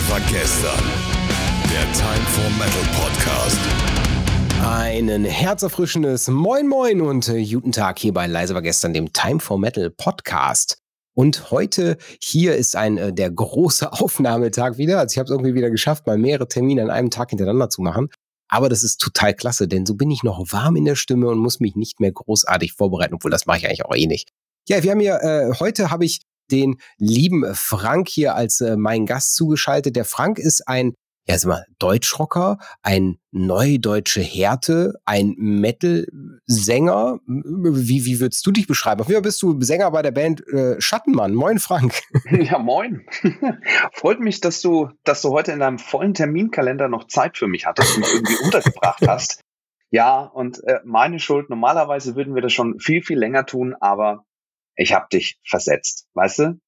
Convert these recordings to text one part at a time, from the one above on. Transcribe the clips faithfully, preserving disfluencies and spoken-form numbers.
war gestern. Der Time for Metal Podcast. Einen herzerfrischendes Moin Moin und äh, guten Tag hier bei Leise war gestern, dem Time for Metal Podcast. Und heute hier ist ein äh, der große Aufnahmetag wieder. Also ich habe es irgendwie wieder geschafft, mal mehrere Termine an einem Tag hintereinander zu machen. Aber das ist total klasse, denn so bin ich noch warm in der Stimme und muss mich nicht mehr großartig vorbereiten, obwohl das mache ich eigentlich auch eh nicht. Ja, wir haben hier, äh, heute habe ich den lieben Frank hier als äh, mein Gast zugeschaltet. Der Frank ist ein, ja, sag mal, Deutschrocker, ein neudeutsche Härte, ein Metal-Sänger. Wie, wie würdest du dich beschreiben? Auf jeden Fall bist du Sänger bei der Band äh, Schattenmann. Moin, Frank. Ja, moin. Freut mich, dass du, dass du heute in deinem vollen Terminkalender noch Zeit für mich hattest und mich irgendwie untergebracht hast. Ja, und äh, meine Schuld. Normalerweise würden wir das schon viel, viel länger tun, aber ich habe dich versetzt, weißt du?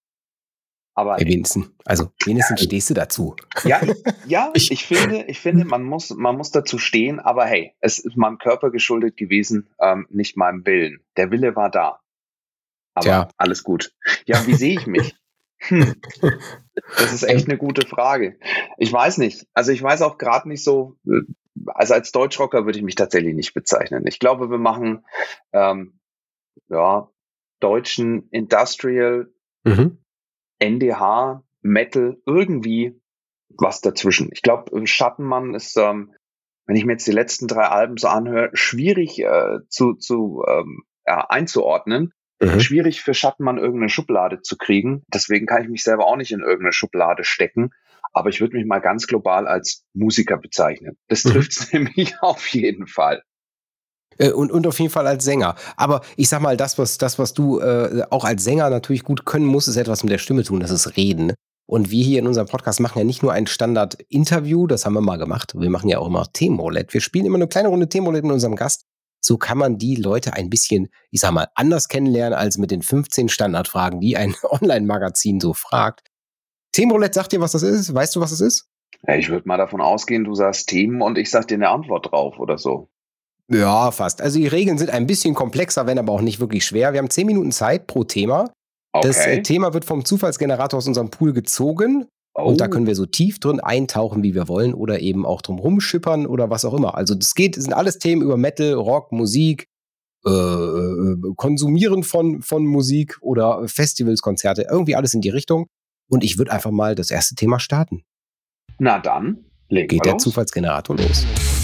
Aber hey, wenigstens, also wenigstens stehst du dazu. Ja, ich, ja, ich finde, ich finde, man muss, man muss dazu stehen. Aber hey, es ist meinem Körper geschuldet gewesen, ähm, nicht meinem Willen. Der Wille war da. Aber Tja. Alles gut. Ja, wie sehe ich mich? Hm. Das ist echt eine gute Frage. Ich weiß nicht. Also ich weiß auch gerade nicht so. Also als Deutschrocker würde ich mich tatsächlich nicht bezeichnen. Ich glaube, wir machen ähm, ja deutschen Industrial. Mhm. N D H, Metal, irgendwie was dazwischen. Ich glaube, Schattenmann ist, ähm, wenn ich mir jetzt die letzten drei Alben so anhöre, schwierig äh, zu, zu ähm, ja, einzuordnen. Mhm. Schwierig für Schattenmann irgendeine Schublade zu kriegen. Deswegen kann ich mich selber auch nicht in irgendeine Schublade stecken. Aber ich würde mich mal ganz global als Musiker bezeichnen. Das Mhm. trifft es nämlich auf jeden Fall. Und, und auf jeden Fall als Sänger. Aber ich sag mal, das, was, das, was du äh, auch als Sänger natürlich gut können musst, ist etwas mit der Stimme tun, das ist Reden. Und wir hier in unserem Podcast machen ja nicht nur ein Standard-Interview, das haben wir mal gemacht. Wir machen ja auch immer Themenroulette. Wir spielen immer eine kleine Runde Themenroulette mit unserem Gast. So kann man die Leute ein bisschen, ich sag mal, anders kennenlernen als mit den fünfzehn Standardfragen, die ein Online-Magazin so fragt. Themenroulette, sagt dir, was das ist? Weißt du, was es ist? Ja, ich würde mal davon ausgehen, du sagst Themen und ich sag dir eine Antwort drauf oder so. Ja, fast. Also die Regeln sind ein bisschen komplexer, wenn aber auch nicht wirklich schwer. Wir haben zehn Minuten Zeit pro Thema. Okay. Das äh, Thema wird vom Zufallsgenerator aus unserem Pool gezogen. Oh. Und da können wir so tief drin eintauchen, wie wir wollen, oder eben auch drum rumschippern oder was auch immer. Also das geht, das sind alles Themen über Metal, Rock, Musik, äh, äh, Konsumieren von, von Musik oder Festivals, Konzerte, irgendwie alles in die Richtung. Und ich würde einfach mal das erste Thema starten. Na dann, legen Geht wir der los. Zufallsgenerator los.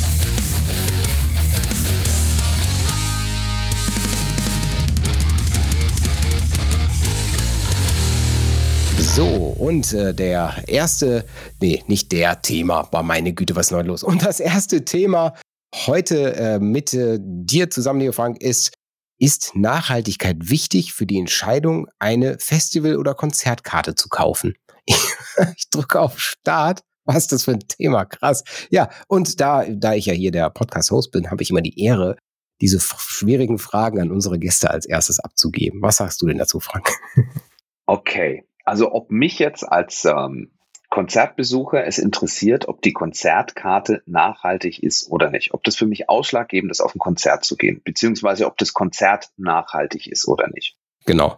So, und äh, der erste, nee, nicht der Thema, war meine Güte, was ist neu los? Und das erste Thema heute äh, mit äh, dir zusammen, lieber Frank, ist, ist Nachhaltigkeit wichtig für die Entscheidung, eine Festival- oder Konzertkarte zu kaufen? Ich drücke auf Start. Was ist das für ein Thema? Krass. Ja, und da, da ich ja hier der Podcast-Host bin, habe ich immer die Ehre, diese f- schwierigen Fragen an unsere Gäste als erstes abzugeben. Was sagst du denn dazu, Frank? Okay, also ob mich jetzt als ähm, Konzertbesucher es interessiert, ob die Konzertkarte nachhaltig ist oder nicht. Ob das für mich ausschlaggebend ist, auf ein Konzert zu gehen, beziehungsweise ob das Konzert nachhaltig ist oder nicht. Genau.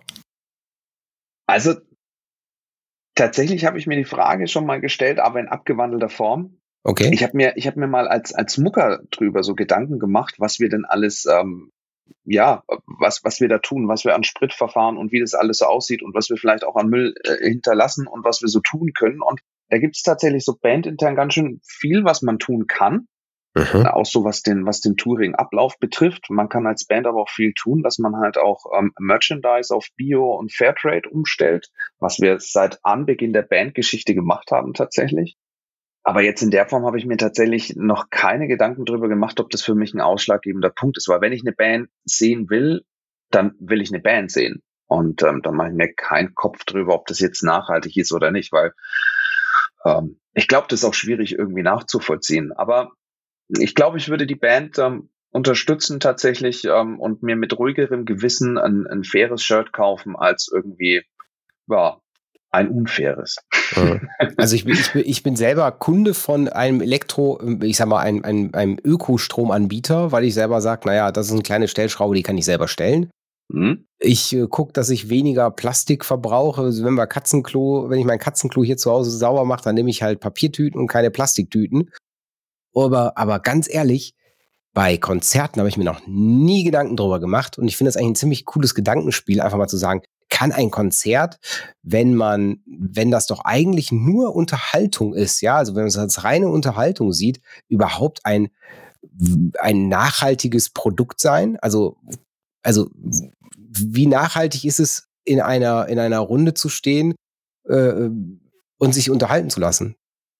Also tatsächlich habe ich mir die Frage schon mal gestellt, aber in abgewandelter Form. Okay. Ich habe mir, ich habe mir mal als als Mucker drüber so Gedanken gemacht, was wir denn alles, ähm, ja, was was wir da tun, was wir an Spritverfahren und wie das alles so aussieht und was wir vielleicht auch an Müll äh, hinterlassen und was wir so tun können. Und da gibt es tatsächlich so bandintern ganz schön viel, was man tun kann. Mhm. Auch so was den was den Touring-Ablauf betrifft. Man kann als Band aber auch viel tun, dass man halt auch ähm, Merchandise auf Bio und Fairtrade umstellt, was wir seit Anbeginn der Bandgeschichte gemacht haben tatsächlich. Aber jetzt in der Form habe ich mir tatsächlich noch keine Gedanken drüber gemacht, ob das für mich ein ausschlaggebender Punkt ist. Weil wenn ich eine Band sehen will, dann will ich eine Band sehen. Und ähm, dann mache ich mir keinen Kopf drüber, ob das jetzt nachhaltig ist oder nicht. Weil ähm, ich glaube, das ist auch schwierig irgendwie nachzuvollziehen. Aber ich glaube, ich würde die Band ähm, unterstützen tatsächlich ähm, und mir mit ruhigerem Gewissen ein, ein faires Shirt kaufen, als irgendwie ja, ein unfaires. Also ich bin, ich bin, ich bin selber Kunde von einem Elektro, ich sag mal, einem, einem, einem Ökostromanbieter, weil ich selber sage, naja, das ist eine kleine Stellschraube, die kann ich selber stellen. Hm? Ich äh, gucke, dass ich weniger Plastik verbrauche. Also wenn wir Katzenklo, wenn ich mein Katzenklo hier zu Hause sauber mache, dann nehme ich halt Papiertüten und keine Plastiktüten. Aber, aber ganz ehrlich, bei Konzerten habe ich mir noch nie Gedanken drüber gemacht. Und ich finde das eigentlich ein ziemlich cooles Gedankenspiel, einfach mal zu sagen, kann ein Konzert, wenn man, wenn das doch eigentlich nur Unterhaltung ist, ja, also wenn man es als reine Unterhaltung sieht, überhaupt ein, ein nachhaltiges Produkt sein? Also, also wie nachhaltig ist es, in einer, in einer Runde zu stehen äh, und sich unterhalten zu lassen?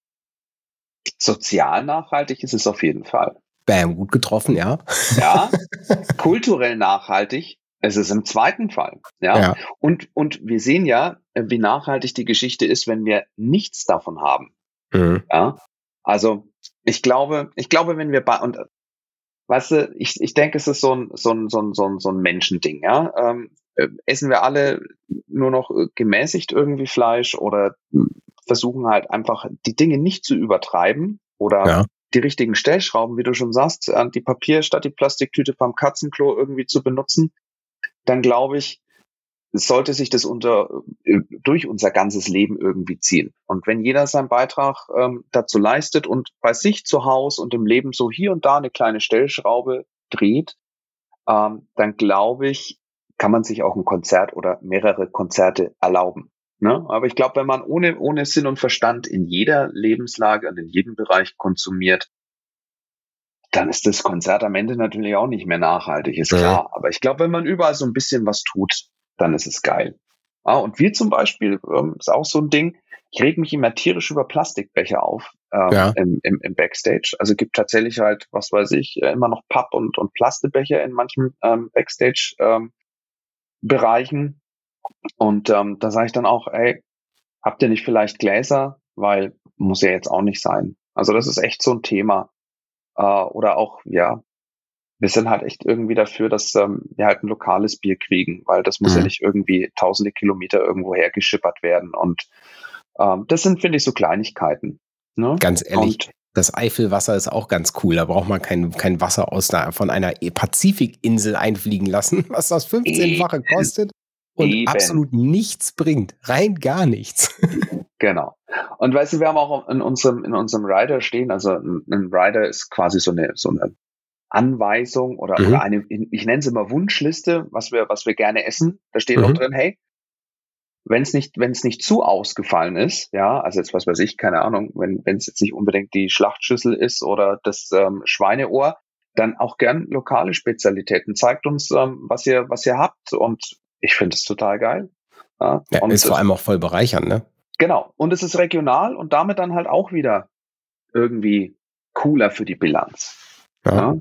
Sozial nachhaltig ist es auf jeden Fall. Bam, gut getroffen, ja. Ja, kulturell nachhaltig ist es im zweiten Fall. Ja, Ja. und, und wir sehen ja, wie nachhaltig die Geschichte ist, wenn wir nichts davon haben. Mhm. Ja, also ich glaube, ich glaube, wenn wir bei, und weißt du, ich, ich denke, es ist so ein, so ein, so ein, so ein, so ein Menschending, ja. Ähm, äh, essen wir alle nur noch äh, gemäßigt irgendwie Fleisch oder mh, versuchen halt einfach die Dinge nicht zu übertreiben oder Ja. die richtigen Stellschrauben, wie du schon sagst, äh, die Papier statt die Plastiktüte beim Katzenklo irgendwie zu benutzen, dann glaube ich, sollte sich das unter äh, durch unser ganzes Leben irgendwie ziehen. Und wenn jeder seinen Beitrag ähm, dazu leistet und bei sich zu Hause und im Leben so hier und da eine kleine Stellschraube dreht, ähm, dann glaube ich, kann man sich auch ein Konzert oder mehrere Konzerte erlauben. Ne? Aber ich glaube, wenn man ohne, ohne Sinn und Verstand in jeder Lebenslage und in jedem Bereich konsumiert, dann ist das Konzert am Ende natürlich auch nicht mehr nachhaltig, ist Mhm. klar. Aber ich glaube, wenn man überall so ein bisschen was tut, dann ist es geil. Ah, und wir zum Beispiel, ähm, ist auch so ein Ding, ich reg mich immer tierisch über Plastikbecher auf ähm, Ja. im, im, im Backstage. Also gibt tatsächlich halt, was weiß ich, äh, immer noch Papp- und, und Plastikbecher in manchen ähm, Backstage-Bereichen. und ähm, da sage ich dann auch, ey, habt ihr nicht vielleicht Gläser? Weil muss ja jetzt auch nicht sein. Also das ist echt so ein Thema. Äh, oder auch, ja, wir sind halt echt irgendwie dafür, dass ähm, wir halt ein lokales Bier kriegen, weil das muss Mhm. ja nicht irgendwie tausende Kilometer irgendwo hergeschippert werden. Und ähm, das sind, finde ich, so Kleinigkeiten. Ne? Ganz ehrlich, Und das Eifelwasser ist auch ganz cool. Da braucht man kein, kein Wasser aus einer, von einer Pazifikinsel einfliegen lassen, was das fünfzehnfache kostet und eben. absolut nichts bringt. Rein gar nichts. Genau. Und weißt du, wir haben auch in unserem, in unserem Rider stehen, also ein, ein Rider ist quasi so eine, so eine Anweisung oder, Mhm. oder eine, ich nenne es immer Wunschliste, was wir, was wir gerne essen. Da steht auch Mhm. drin, hey, wenn es nicht, wenn es nicht zu ausgefallen ist, ja, also jetzt was weiß ich, keine Ahnung, wenn wenn es jetzt nicht unbedingt die Schlachtschüssel ist oder das ähm, Schweineohr, dann auch gern lokale Spezialitäten. Zeigt uns, ähm, was ihr, was ihr habt, und ich finde es total geil. Ja, Ja, und ist vor das, allem auch voll bereichernd, ne? genau. Und es ist regional und damit dann halt auch wieder irgendwie cooler für die Bilanz. Ja. Ja.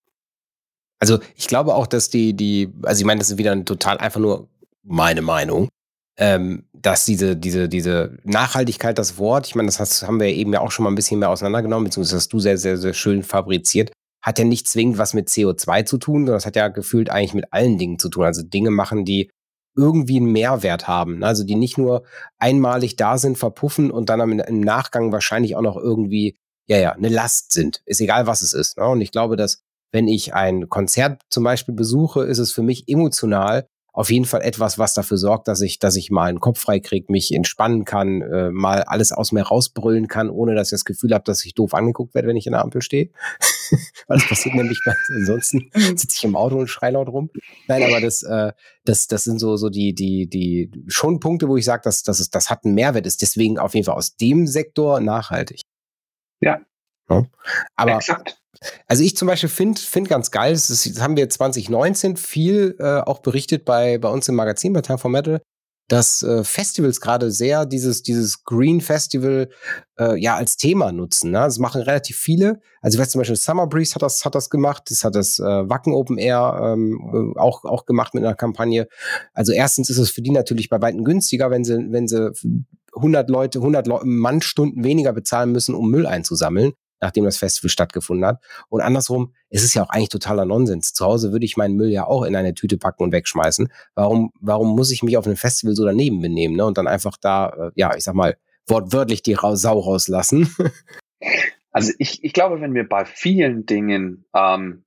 Also ich glaube auch, dass die, die, also ich meine, das ist wieder ein total einfach nur meine Meinung, ähm, dass diese, diese, diese Nachhaltigkeit, das Wort, ich meine, das hast, haben wir eben ja auch schon mal ein bisschen mehr auseinandergenommen, beziehungsweise hast du sehr, sehr, sehr schön fabriziert, hat ja nicht zwingend was mit C O zwei zu tun, sondern das hat ja gefühlt eigentlich mit allen Dingen zu tun. Also Dinge machen, die irgendwie einen Mehrwert haben. Also die nicht nur einmalig da sind, verpuffen und dann im, im Nachgang wahrscheinlich auch noch irgendwie, ja, ja, eine Last sind. Ist egal, was es ist. Ne? Und ich glaube, dass wenn ich ein Konzert zum Beispiel besuche, ist es für mich emotional auf jeden Fall etwas, was dafür sorgt, dass ich, dass ich mal einen Kopf frei kriege, mich entspannen kann, äh, mal alles aus mir rausbrüllen kann, ohne dass ich das Gefühl habe, dass ich doof angeguckt werde, wenn ich in der Ampel stehe. Weil das passiert nämlich, weil ansonsten sitze ich im Auto und schreie laut rum. Nein, aber das, äh, das, das sind so, so die, die, die schon Punkte, wo ich sage, dass, dass es, das hat einen Mehrwert, ist deswegen auf jeden Fall aus dem Sektor nachhaltig. Ja. Ja. Aber Exakt. also ich zum Beispiel finde find ganz geil, das, ist, das haben wir zwanzig neunzehn viel äh, auch berichtet bei, bei uns im Magazin, bei Time for Metal, dass äh, Festivals gerade sehr dieses, dieses Green Festival äh, ja als Thema nutzen. Ne? Das machen relativ viele. Also ich weiß zum Beispiel, Summer Breeze hat das, hat das gemacht, das hat das äh, Wacken Open Air ähm, auch, auch gemacht mit einer Kampagne. Also erstens ist es für die natürlich bei weitem günstiger, wenn sie, wenn sie hundert Leute, hundert Le- Mannstunden weniger bezahlen müssen, um Müll einzusammeln, nachdem das Festival stattgefunden hat. Und andersrum, es ist ja auch eigentlich totaler Nonsens. Zu Hause würde ich meinen Müll ja auch in eine Tüte packen und wegschmeißen. Warum, warum muss ich mich auf einem Festival so daneben benehmen, ne? Und dann einfach da, äh, ja, ich sag mal, wortwörtlich die Ra- Sau rauslassen? Also ich, ich glaube, wenn wir bei vielen Dingen ähm,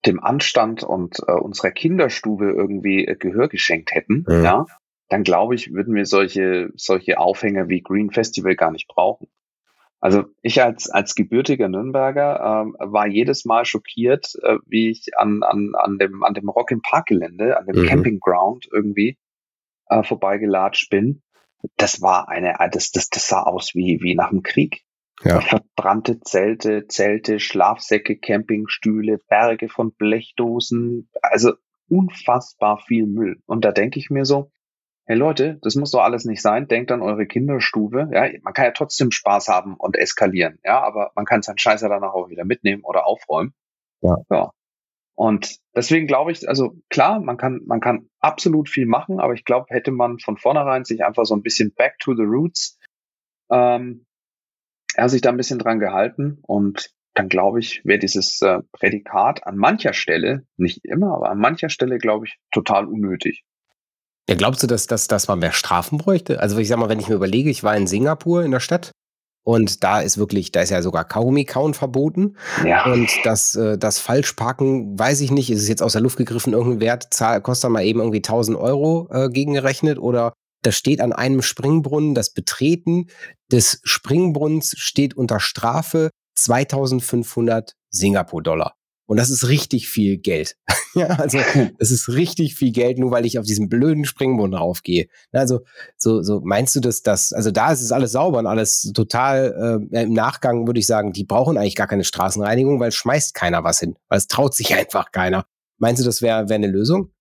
dem Anstand und äh, unserer Kinderstube irgendwie äh, Gehör geschenkt hätten, ja, ja dann glaube ich, würden wir solche, solche Aufhänger wie Green Festival gar nicht brauchen. Also ich als, als gebürtiger Nürnberger ähm, war jedes Mal schockiert, äh, wie ich an, an, an dem, an dem Rock im Park Gelände, an dem mhm. Campingground irgendwie äh, vorbeigelatscht bin. Das war eine, das, das, das sah aus wie, wie nach dem Krieg. Ja. Verbrannte Zelte, Zelte, Schlafsäcke, Campingstühle, Berge von Blechdosen, also unfassbar viel Müll. Und da denke ich mir so, hey Leute, das muss doch alles nicht sein. Denkt an eure Kinderstube. Ja, man kann ja trotzdem Spaß haben und eskalieren. Ja, aber man kann seinen Scheiß ja danach auch wieder mitnehmen oder aufräumen. Ja. ja. Und deswegen glaube ich, also klar, man kann, man kann absolut viel machen, aber ich glaube, hätte man von vornherein sich einfach so ein bisschen back to the roots, ähm, er sich da ein bisschen dran gehalten und dann glaube ich, wäre dieses äh, Prädikat an mancher Stelle, nicht immer, aber an mancher Stelle, glaube ich, total unnötig. Ja, glaubst du, dass, dass, dass man mehr Strafen bräuchte? Also ich sag mal, wenn ich mir überlege, ich war in Singapur in der Stadt und da ist wirklich, da ist ja sogar Kaugummi-Kauen verboten. Ja. Und das, äh, das Falschparken, weiß ich nicht, ist es jetzt aus der Luft gegriffen, irgendein Wert, zahl, kostet dann mal eben irgendwie tausend Euro äh, gegengerechnet oder das steht an einem Springbrunnen, das Betreten des Springbrunnens steht unter Strafe zweitausendfünfhundert Singapur-Dollar. Und das ist richtig viel Geld. Ja, also das ist richtig viel Geld, nur weil ich auf diesen blöden Springbrunnen raufgehe. Also so, so meinst du, dass das, also da ist es alles sauber und alles total, äh, im Nachgang würde ich sagen, die brauchen eigentlich gar keine Straßenreinigung, weil es schmeißt keiner was hin, weil es traut sich einfach keiner. Meinst du, das wäre wär eine Lösung?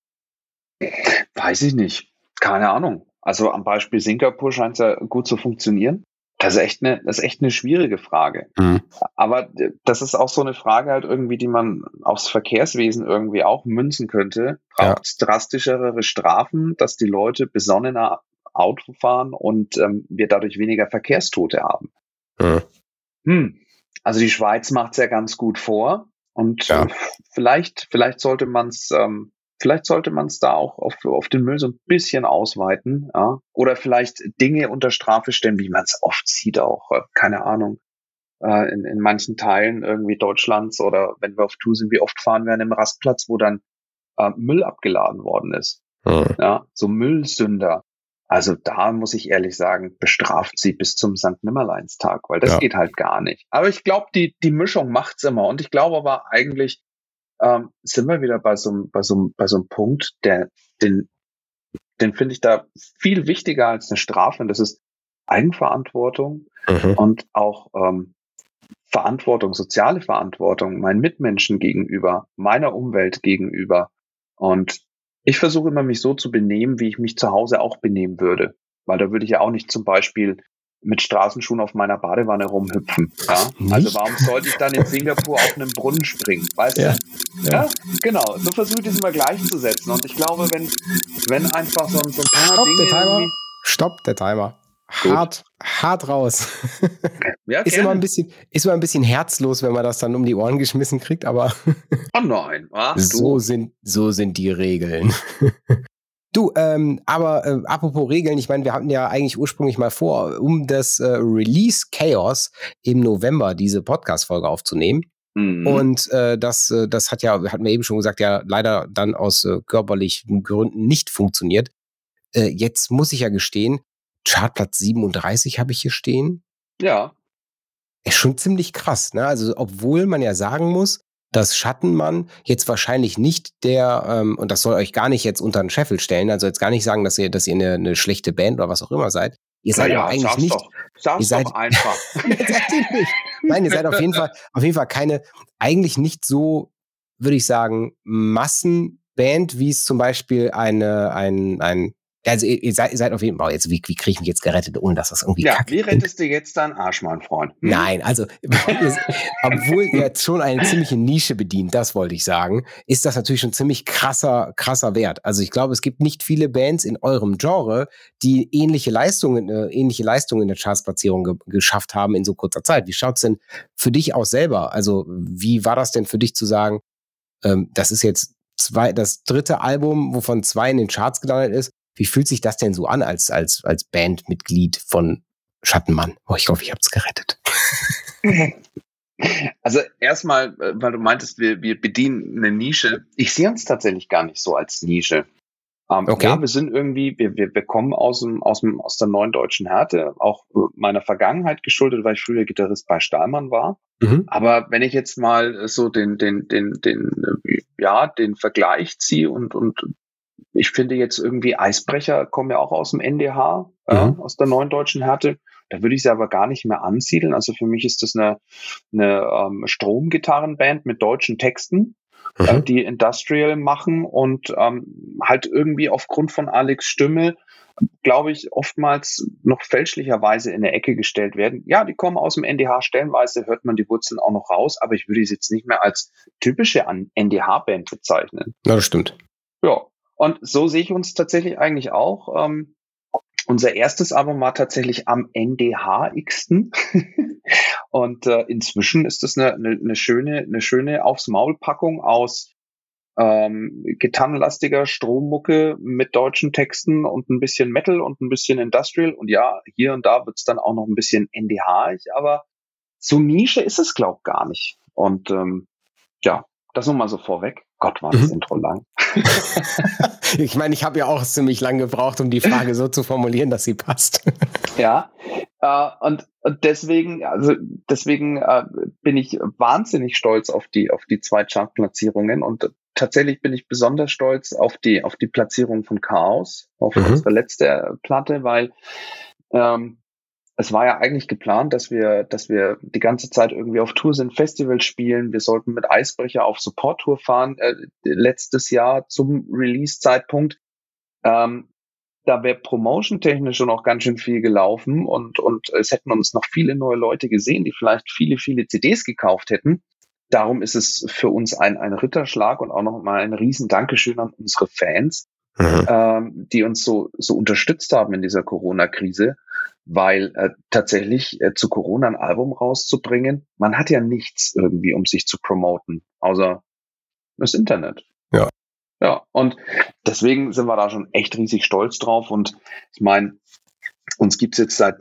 Weiß ich nicht. Keine Ahnung. Also am Beispiel Singapur scheint es ja gut zu funktionieren. Das ist echt eine, das ist echt eine schwierige Frage. Mhm. Aber das ist auch so eine Frage halt irgendwie, die man aufs Verkehrswesen irgendwie auch münzen könnte. Braucht es ja. drastischere Strafen, dass die Leute besonnener Auto fahren und ähm, wir dadurch weniger Verkehrstote haben? Mhm. Hm. Also die Schweiz macht es ja ganz gut vor und ja. vielleicht, vielleicht sollte man es ähm, Vielleicht sollte man es da auch auf, auf den Müll so ein bisschen ausweiten, ja. Oder vielleicht Dinge unter Strafe stellen, wie man es oft sieht auch, keine Ahnung, äh, in, in manchen Teilen irgendwie Deutschlands oder wenn wir auf Tour sind, wie oft fahren wir an einem Rastplatz, wo dann äh, Müll abgeladen worden ist. Mhm. Ja, so Müllsünder. Also da muss ich ehrlich sagen, bestraft sie bis zum Sankt Nimmerleinstag, weil das ja. geht halt gar nicht. Aber ich glaube, die, die Mischung macht's immer. Und ich glaube aber eigentlich, Ähm, sind wir wieder bei so einem bei so bei so einem Punkt, der den den finde ich da viel wichtiger als eine Strafe. Und das ist Eigenverantwortung mhm. und auch ähm, Verantwortung, soziale Verantwortung meinen Mitmenschen gegenüber, meiner Umwelt gegenüber. Und ich versuche immer, mich so zu benehmen, wie ich mich zu Hause auch benehmen würde, weil da würde ich ja auch nicht zum Beispiel mit Straßenschuhen auf meiner Badewanne rumhüpfen. Ja? Also warum sollte ich dann in Singapur auf einen Brunnen springen? Weißt ja. du? Ja. ja, genau. So versuche ich es immer gleichzusetzen. Und ich glaube, wenn, wenn einfach so, so ein paar Stopp, Dinge... Der Timer. Stopp, der Timer. Hart, hart raus. Ja, ist, immer ein bisschen, ist immer ein bisschen herzlos, wenn man das dann um die Ohren geschmissen kriegt, aber oh nein. Ach, so, du. sind, so sind die Regeln. Du, ähm, aber äh, apropos Regeln, ich meine, wir hatten ja eigentlich ursprünglich mal vor, um das äh, Release Chaos im November diese Podcast-Folge aufzunehmen. Mhm. Und äh, das, äh, das hat ja, hatten wir eben schon gesagt, ja leider dann aus äh, körperlichen Gründen nicht funktioniert. Äh, jetzt muss ich ja gestehen, Chartplatz siebenunddreißig habe ich hier stehen. Ja. Ist schon ziemlich krass, ne? Also, obwohl man ja sagen muss, dass Schattenmann jetzt wahrscheinlich nicht der, ähm, und das soll euch gar nicht jetzt unter den Scheffel stellen, also jetzt gar nicht sagen, dass ihr, dass ihr eine, eine schlechte Band oder was auch immer seid. Ihr seid ja, aber eigentlich sag's nicht. Doch, sag's ihr seid, doch einfach. seid ihr nicht. Nein, ihr seid auf jeden Fall, auf jeden Fall keine, eigentlich nicht so, würde ich sagen, Massenband, wie es zum Beispiel eine, ein, ein, also ihr, ihr, seid, ihr seid auf jeden Fall, jetzt, wie, wie kriege ich mich jetzt gerettet, ohne dass das irgendwie ja, kacke wie rettest du jetzt deinen Arsch, mein Freund? Hm? Nein, also, obwohl ihr jetzt schon eine ziemliche Nische bedient, das wollte ich sagen, ist das natürlich schon ziemlich krasser, krasser Wert. Also ich glaube, es gibt nicht viele Bands in eurem Genre, die ähnliche Leistungen, äh, ähnliche Leistungen in der Chartsplatzierung ge- geschafft haben in so kurzer Zeit. Wie schaut's denn für dich aus selber? Also, wie war das denn für dich zu sagen, ähm, das ist jetzt zwei, das dritte Album, wovon zwei in den Charts gelandet ist? Wie fühlt sich das denn so an als, als, als Bandmitglied von Schattenmann? Oh, ich hoffe, ich habe es gerettet. Also erstmal, äh, weil du meintest, wir, wir bedienen eine Nische. Ich sehe uns tatsächlich gar nicht so als Nische. Ähm, Okay. Ja, wir sind irgendwie, wir, wir, wir kommen aus dem, aus dem, aus der neuen deutschen Härte, auch äh, meiner Vergangenheit geschuldet, weil ich früher Gitarrist bei Stahlmann war. Mhm. Aber wenn ich jetzt mal so den, den, den, den, äh, ja, den Vergleich ziehe und, und ich finde jetzt irgendwie Eisbrecher kommen ja auch aus dem N D H, ja, Mhm. aus der neuen deutschen Härte. Da würde ich sie aber gar nicht mehr ansiedeln. Also für mich ist das eine, eine ähm, Stromgitarrenband mit deutschen Texten, äh, Mhm. die Industrial machen und ähm, halt irgendwie aufgrund von Alex Stimme, glaube ich, oftmals noch fälschlicherweise in eine Ecke gestellt werden. Ja, die kommen aus dem N D H, stellenweise hört man die Wurzeln auch noch raus, aber ich würde sie jetzt nicht mehr als typische N D H-Band bezeichnen. Ja, das stimmt. Ja, und so sehe ich uns tatsächlich eigentlich auch. Ähm, unser erstes Album war tatsächlich am N D H-igsten. Und äh, inzwischen ist das eine, eine, eine schöne, eine schöne Aufs-Maul-Packung aus ähm, gitarrenlastiger Strommucke mit deutschen Texten und ein bisschen Metal und ein bisschen Industrial. Und ja, hier und da wird's dann auch noch ein bisschen N D H-ig, aber so Nische ist es, glaub gar nicht. Und ähm, ja, das nur mal so vorweg. Gott, war das Mhm. Intro lang. Ich meine, ich habe ja auch ziemlich lange gebraucht, um die Frage so zu formulieren, dass sie passt. Ja, äh, und, und deswegen, also deswegen äh, bin ich wahnsinnig stolz auf die auf die zwei Chartplatzierungen und tatsächlich bin ich besonders stolz auf die auf die Platzierung von Chaos, auf Mhm. unsere letzte Platte, weil ähm, es war ja eigentlich geplant, dass wir, dass wir die ganze Zeit irgendwie auf Tour sind, Festivals spielen. Wir sollten mit Eisbrecher auf Support-Tour fahren, äh, letztes Jahr zum Release-Zeitpunkt. Ähm, da wäre promotion-technisch schon auch ganz schön viel gelaufen und, und es hätten uns noch viele neue Leute gesehen, die vielleicht viele, viele C Ds gekauft hätten. Darum ist es für uns ein, ein Ritterschlag und auch nochmal ein riesen Dankeschön an unsere Fans, Mhm. ähm, die uns so, so unterstützt haben in dieser Corona-Krise, weil äh, tatsächlich äh, zu Corona ein Album rauszubringen, man hat ja nichts irgendwie, um sich zu promoten, außer das Internet. Ja. Ja, und deswegen sind wir da schon echt riesig stolz drauf und ich meine, uns gibt's jetzt seit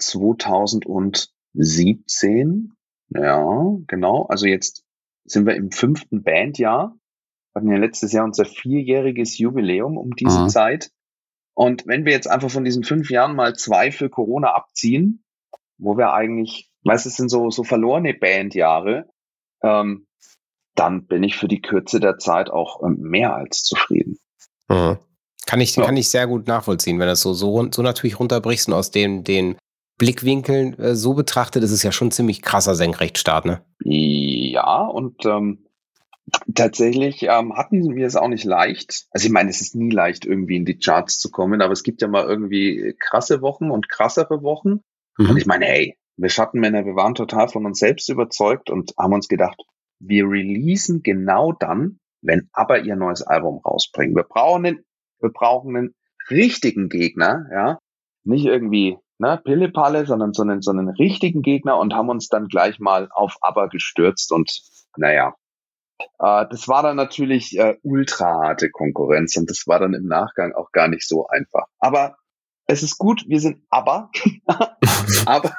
zweitausendsiebzehn, ja, genau, also jetzt sind wir im fünften Bandjahr, wir hatten ja letztes Jahr unser vierjähriges Jubiläum um diese Mhm. Zeit. Und wenn wir jetzt einfach von diesen fünf Jahren mal zwei für Corona abziehen, wo wir eigentlich, weißt du, es sind so, so verlorene Bandjahre, ähm, dann bin ich für die Kürze der Zeit auch ähm, mehr als zufrieden. Mhm. Kann ich, Ja. kann ich sehr gut nachvollziehen, wenn du das so, so, so natürlich runterbrichst und aus den, den Blickwinkeln äh, so betrachtet, ist es ja schon ein ziemlich krasser Senkrechtstart, ne? Ja, und ähm, tatsächlich ähm, hatten wir es auch nicht leicht. Also ich meine, es ist nie leicht, irgendwie in die Charts zu kommen, aber es gibt ja mal irgendwie krasse Wochen und krassere Wochen. Mhm. Und ich meine, hey, wir Schattenmänner, wir waren total von uns selbst überzeugt und haben uns gedacht, wir releasen genau dann, wenn ABBA ihr neues Album rausbringen. Wir brauchen einen, wir brauchen einen richtigen Gegner, ja, nicht irgendwie ne, Pille-Palle, sondern so einen, so einen richtigen Gegner und haben uns dann gleich mal auf ABBA gestürzt und naja, äh, das war dann natürlich äh, ultra harte Konkurrenz und das war dann im Nachgang auch gar nicht so einfach. Aber es ist gut, wir sind ABBA, aber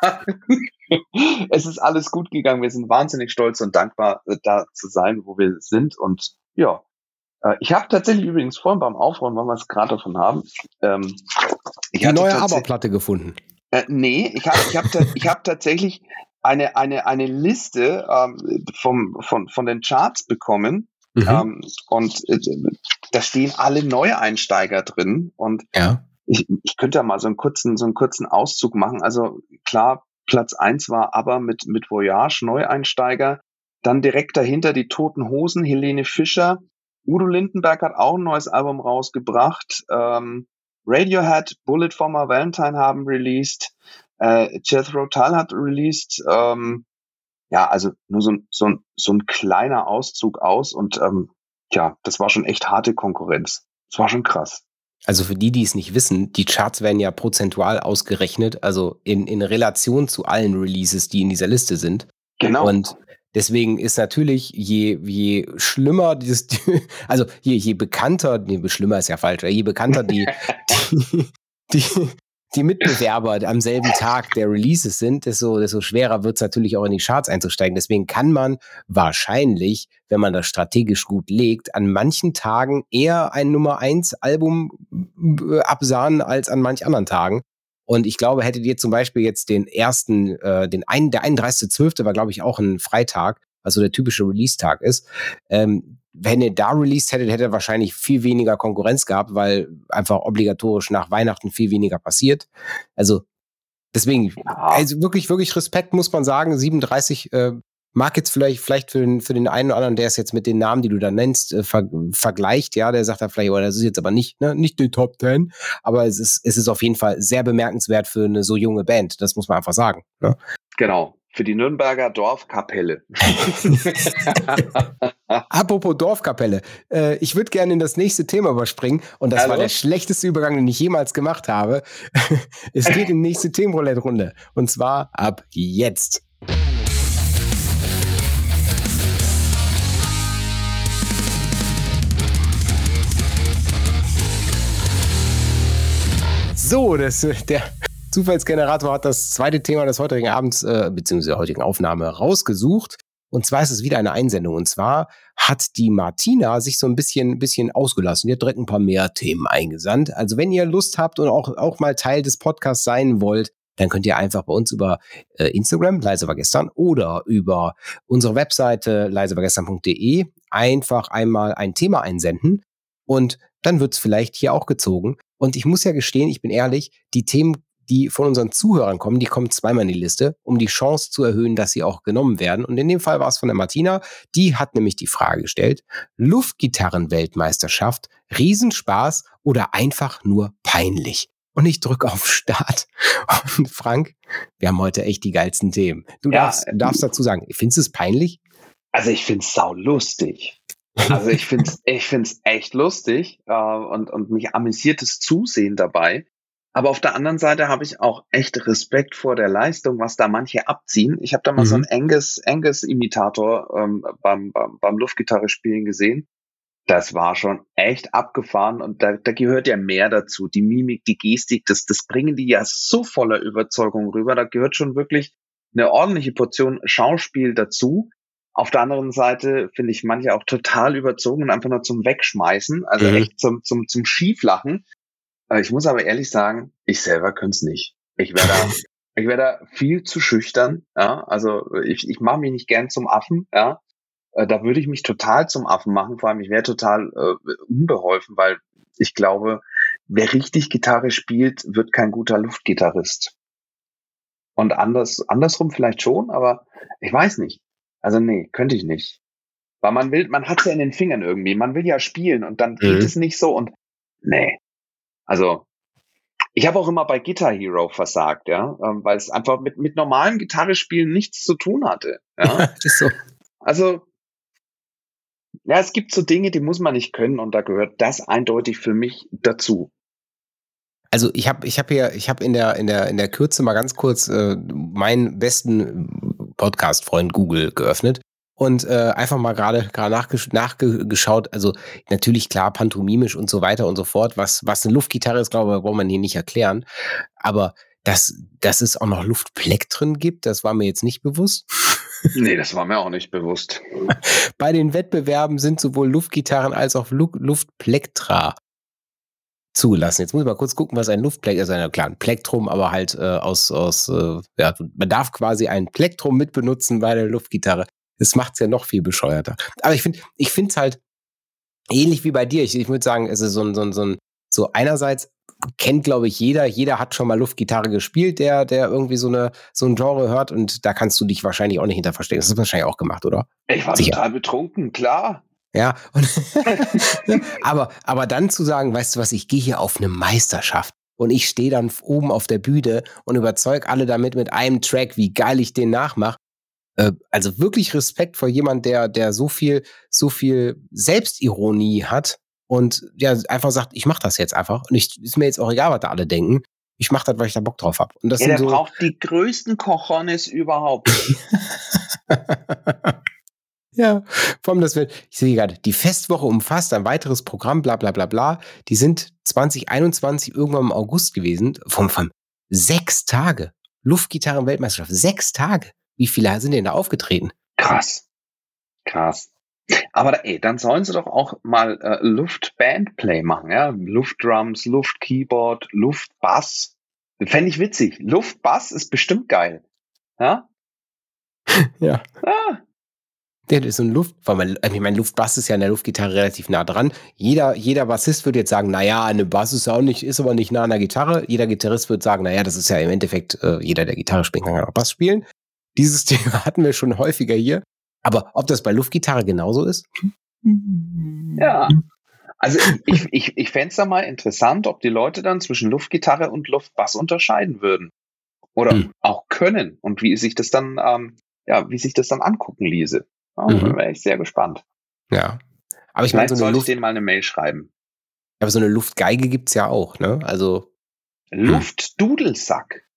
es ist alles gut gegangen. Wir sind wahnsinnig stolz und dankbar, äh, da zu sein, wo wir sind. Und ja, äh, ich habe tatsächlich übrigens vorhin beim Aufräumen, weil wir es gerade davon haben, ähm, ich Die hatte neue tats- ABBA-Platte gefunden. äh, nee, ich habe ich hab, ta- ich hab tatsächlich eine, eine, eine Liste ähm, vom, von, von den Charts bekommen. Mhm. Ähm, und äh, da stehen alle Neueinsteiger drin. Und Ja. ich, ich könnte ja mal so einen kurzen, so einen kurzen Auszug machen. Also klar, Platz eins war aber mit, mit Voyage, Neueinsteiger. Dann direkt dahinter die Toten Hosen, Helene Fischer. Udo Lindenberg hat auch ein neues Album rausgebracht. Ähm, Radiohead, Bullet for My Valentine haben released. Äh, Jethro Tull hat released. Ähm, ja, also nur so, ein- so, ein- so ein kleiner Auszug aus. Und ähm, ja, das war schon echt harte Konkurrenz. Das war schon krass. Also für die, die es nicht wissen, die Charts werden ja prozentual ausgerechnet, also in, in Relation zu allen Releases, die in dieser Liste sind. Genau. Und deswegen ist natürlich, je, je schlimmer dieses, also je, je bekannter, nee, schlimmer ist ja falsch, je bekannter die, die, die, die Mitbewerber am selben Tag der Releases sind, desto, desto schwerer wird es natürlich auch in die Charts einzusteigen. Deswegen kann man wahrscheinlich, wenn man das strategisch gut legt, an manchen Tagen eher ein Nummer eins Album absahnen als an manch anderen Tagen. Und ich glaube, hättet ihr zum Beispiel jetzt den ersten, äh, den einen, der einunddreißigste zwölfte war, glaube ich, auch ein Freitag, also der typische Release-Tag ist. Ähm, wenn ihr da released hättet, hätte er wahrscheinlich viel weniger Konkurrenz gehabt, weil einfach obligatorisch nach Weihnachten viel weniger passiert. Also deswegen, Ja. also wirklich, wirklich Respekt, muss man sagen. siebenunddreißig äh, mag jetzt vielleicht, vielleicht für den, für den einen oder anderen, der es jetzt mit den Namen, die du da nennst, äh, ver, vergleicht, ja, der sagt da vielleicht, oh, das ist jetzt aber nicht, ne, nicht die Top Ten, aber es ist, es ist auf jeden Fall sehr bemerkenswert für eine so junge Band. Das muss man einfach sagen. Ne? Genau. Für die Nürnberger Dorfkapelle. Apropos Dorfkapelle, äh, ich würde gerne in das nächste Thema überspringen und das Also? war der schlechteste Übergang, den ich jemals gemacht habe. Es geht in die nächste Themenroulette-Runde und zwar ab jetzt. So, das, der Zufallsgenerator hat das zweite Thema des heutigen Abends, äh, beziehungsweise der heutigen Aufnahme rausgesucht. Und zwar ist es wieder eine Einsendung. Und zwar hat die Martina sich so ein bisschen, bisschen ausgelassen. Die hat direkt ein paar mehr Themen eingesandt. Also wenn ihr Lust habt und auch, auch mal Teil des Podcasts sein wollt, dann könnt ihr einfach bei uns über äh, Instagram, leise war gestern, oder über unsere Webseite leise war gestern punkt de einfach einmal ein Thema einsenden. Und dann wird's vielleicht hier auch gezogen. Und ich muss ja gestehen, ich bin ehrlich, die Themen, die von unseren Zuhörern kommen, die kommen zweimal in die Liste, um die Chance zu erhöhen, dass sie auch genommen werden. Und in dem Fall war es von der Martina. Die hat nämlich die Frage gestellt, Luftgitarren-Weltmeisterschaft, Riesenspaß oder einfach nur peinlich? Und ich drücke auf Start. Und Frank, wir haben heute echt die geilsten Themen. Du, Ja. darfst, du darfst dazu sagen, findest du es peinlich? Also ich find's saulustig. Also ich find's, ich find's echt lustig äh, und, und mich amüsiert das Zusehen dabei. Aber auf der anderen Seite habe ich auch echt Respekt vor der Leistung, was da manche abziehen. Ich habe da mal Mhm. so einen Angus, Angus-Imitator ähm, beim, beim, beim Luftgitarre spielen gesehen. Das war schon echt abgefahren und da, da gehört ja mehr dazu. Die Mimik, die Gestik, das, das bringen die ja so voller Überzeugung rüber. Da gehört schon wirklich eine ordentliche Portion Schauspiel dazu. Auf der anderen Seite finde ich manche auch total überzogen und einfach nur zum Wegschmeißen, also Mhm. echt zum, zum, zum Schieflachen. Äh, Ich muss aber ehrlich sagen, ich selber könnte es nicht. Ich wäre da, ich wäre da viel zu schüchtern, ja. Also ich, ich mache mich nicht gern zum Affen, ja. Äh, Da würde ich mich total zum Affen machen. Vor allem, ich wäre total äh, unbeholfen, weil ich glaube, wer richtig Gitarre spielt, wird kein guter Luftgitarrist. Und anders, andersrum vielleicht schon, aber ich weiß nicht. Also nee, könnte ich nicht. Weil man will, man hat's ja in den Fingern irgendwie. Man will ja spielen und dann geht Mhm. es nicht so und nee. Also ich habe auch immer bei Guitar Hero versagt, ja, ähm, weil es einfach mit mit normalem Gitarrespielen nichts zu tun hatte. Ja, Das ist so. also ja, es gibt so Dinge, die muss man nicht können und da gehört das eindeutig für mich dazu. Also ich habe ich hab hier, ich habe in der, in der, in der Kürze mal ganz kurz äh, meinen besten Podcast-Freund Google geöffnet und äh, einfach mal gerade gerade nachgesch- nachgeschaut. Also natürlich klar, pantomimisch und so weiter und so fort. Was, was eine Luftgitarre ist, glaube ich, braucht man hier nicht erklären. Aber dass, dass es auch noch Luftplektren gibt, das war mir jetzt nicht bewusst. Nee, das war mir auch nicht bewusst. Bei den Wettbewerben sind sowohl Luftgitarren als auch Lu- Luftplektra zugelassen. Jetzt muss ich mal kurz gucken, was ein Luftplektrum ist. Also, klar, ein Plektrum, aber halt äh, aus, aus äh, ja, man darf quasi ein Plektrum mitbenutzen bei der Luftgitarre. Das macht es ja noch viel bescheuerter. Aber ich finde, ich finde es halt ähnlich wie bei dir. Ich, ich würde sagen, es ist so ein, so ein, so ein, so einerseits kennt, glaube ich, jeder. Jeder hat schon mal Luftgitarre gespielt, der, der irgendwie so eine, so ein Genre hört und da kannst du dich wahrscheinlich auch nicht hinter verstecken. Das hast du wahrscheinlich auch gemacht, oder? Ich war Sicher. total betrunken, klar. Ja, und aber, aber dann zu sagen, weißt du was, ich gehe hier auf eine Meisterschaft und ich stehe dann oben auf der Bühne und überzeug alle damit mit einem Track, wie geil ich den nachmache. Äh, also wirklich Respekt vor jemand, der, der so viel, so viel Selbstironie hat und ja einfach sagt, ich mach das jetzt einfach und ich, ist mir jetzt auch egal, was da alle denken. Ich mach das, weil ich da Bock drauf habe. Und das Ja, sind der so braucht die größten Cojones überhaupt. Ja, vor allem, das wird, ich sehe gerade, die Festwoche umfasst ein weiteres Programm, bla bla bla bla. Die sind zwanzig einundzwanzig irgendwann im August gewesen. Vom, vom sechs Tage. Luftgitarren-Weltmeisterschaft. Sechs Tage. Wie viele sind denn da aufgetreten? Krass. Krass. Aber da, ey, dann sollen sie doch auch mal äh, Luft-Bandplay machen, ja? Luftdrums, Luftkeyboard, Luftbass. Fände ich witzig. Luftbass ist bestimmt geil. Ja? Ja. Ah. Der ist so ein Luft, weil man, ich meine, Luftbass ist ja an der Luftgitarre relativ nah dran. Jeder, jeder Bassist würde jetzt sagen, naja, eine Bass ist auch nicht, ist aber nicht nah an der Gitarre. Jeder Gitarrist würde sagen, naja, das ist ja im Endeffekt, äh, jeder, der Gitarre spielen kann, kann auch Bass spielen. Dieses Thema hatten wir schon häufiger hier. Aber ob das bei Luftgitarre genauso ist? Ja. Also ich, ich, ich fände es da mal interessant, ob die Leute dann zwischen Luftgitarre und Luftbass unterscheiden würden. Oder Hm. auch können. Und wie sich das dann, ähm, ja, wie sich das dann angucken ließe. Ja, Mhm. Da wäre ich sehr gespannt. Ja. Aber ich meine, Vielleicht so eine sollte ich Luft, denen mal eine Mail schreiben. aber so eine Luftgeige gibt's ja auch, ne? Also. Luftdudelsack.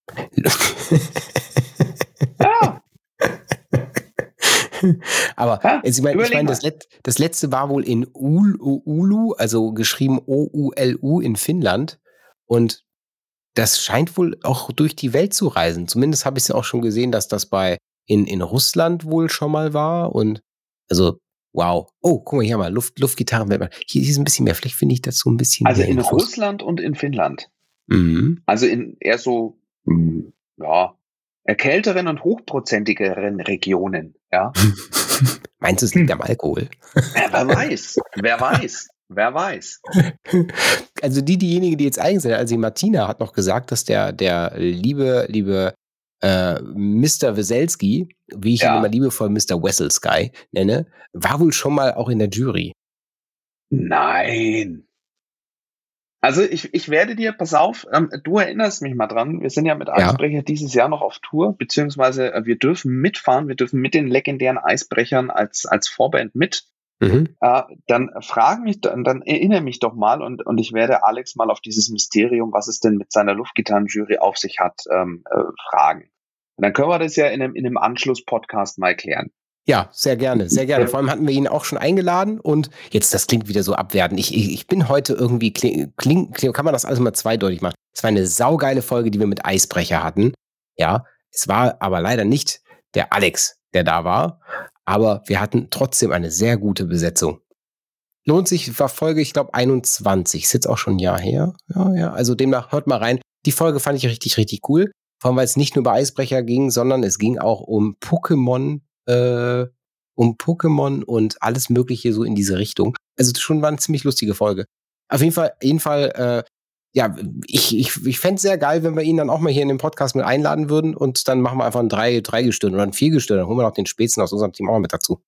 Ja. Aber Ja, jetzt, ich meine, ich überleg mein, mal. das, Let das letzte war wohl in Ul Oulu, also geschrieben O U L U in Finnland. Und das scheint wohl auch durch die Welt zu reisen. Zumindest habe ich es ja auch schon gesehen, dass das bei in, in Russland wohl schon mal war. Und also, wow. Oh, guck mal hier mal, Luft, Luftgitarren. Hier, hier ist ein bisschen mehr. Vielleicht finde ich dazu ein bisschen Also mehr in Infos. Russland und in Finnland. Mhm. Also in eher so, hm, ja, kälteren und hochprozentigeren Regionen. Ja. Meinst du, es liegt am Alkohol? Ja, wer weiß, wer weiß, wer weiß. Also die, diejenige, die jetzt eingesendet hat, also die Martina hat noch gesagt, dass der, der liebe, liebe äh, Mister Weselski, wie ich Ja. ihn immer liebevoll Mister Wesselsky nenne, war wohl schon mal auch in der Jury. Nein. Also ich, ich werde dir, pass auf, ähm, du erinnerst mich mal dran, wir sind ja mit Ja. Eisbrecher dieses Jahr noch auf Tour, beziehungsweise äh, wir dürfen mitfahren, wir dürfen mit den legendären Eisbrechern als, als Vorband mit. Mhm. Äh, dann frag mich, dann, dann erinnere mich doch mal und, und ich werde Alex mal auf dieses Mysterium, was es denn mit seiner Luftgitarrenjury auf sich hat, ähm, äh, fragen. Und dann können wir das ja in einem, in einem Anschluss-Podcast mal klären. Ja, sehr gerne, sehr gerne. Vor allem hatten wir ihn auch schon eingeladen und jetzt, das klingt wieder so abwertend. Ich, ich, ich bin heute irgendwie, kling, kling, kling, kann man das alles mal zweideutig machen. Es war eine saugeile Folge, die wir mit Eisbrecher hatten. Ja, es war aber leider nicht der Alex, der da war, aber wir hatten trotzdem eine sehr gute Besetzung. Lohnt sich, war Folge, ich glaube, einundzwanzig. Ist jetzt auch schon ein Jahr her. Ja, ja, also demnach hört mal rein. Die Folge fand ich richtig, richtig cool. Vor allem, weil es nicht nur über Eisbrecher ging, sondern es ging auch um Pokémon, äh, um Pokémon und alles Mögliche so in diese Richtung. Also schon war eine ziemlich lustige Folge. Auf jeden Fall, jeden Fall, äh, ja, ich, ich, ich fände es sehr geil, wenn wir ihn dann auch mal hier in den Podcast mit einladen würden und dann machen wir einfach ein drei, drei Gestirn oder ein vier Gestirn. Dann holen wir noch den Spätzen aus unserem Team auch mal mit dazu.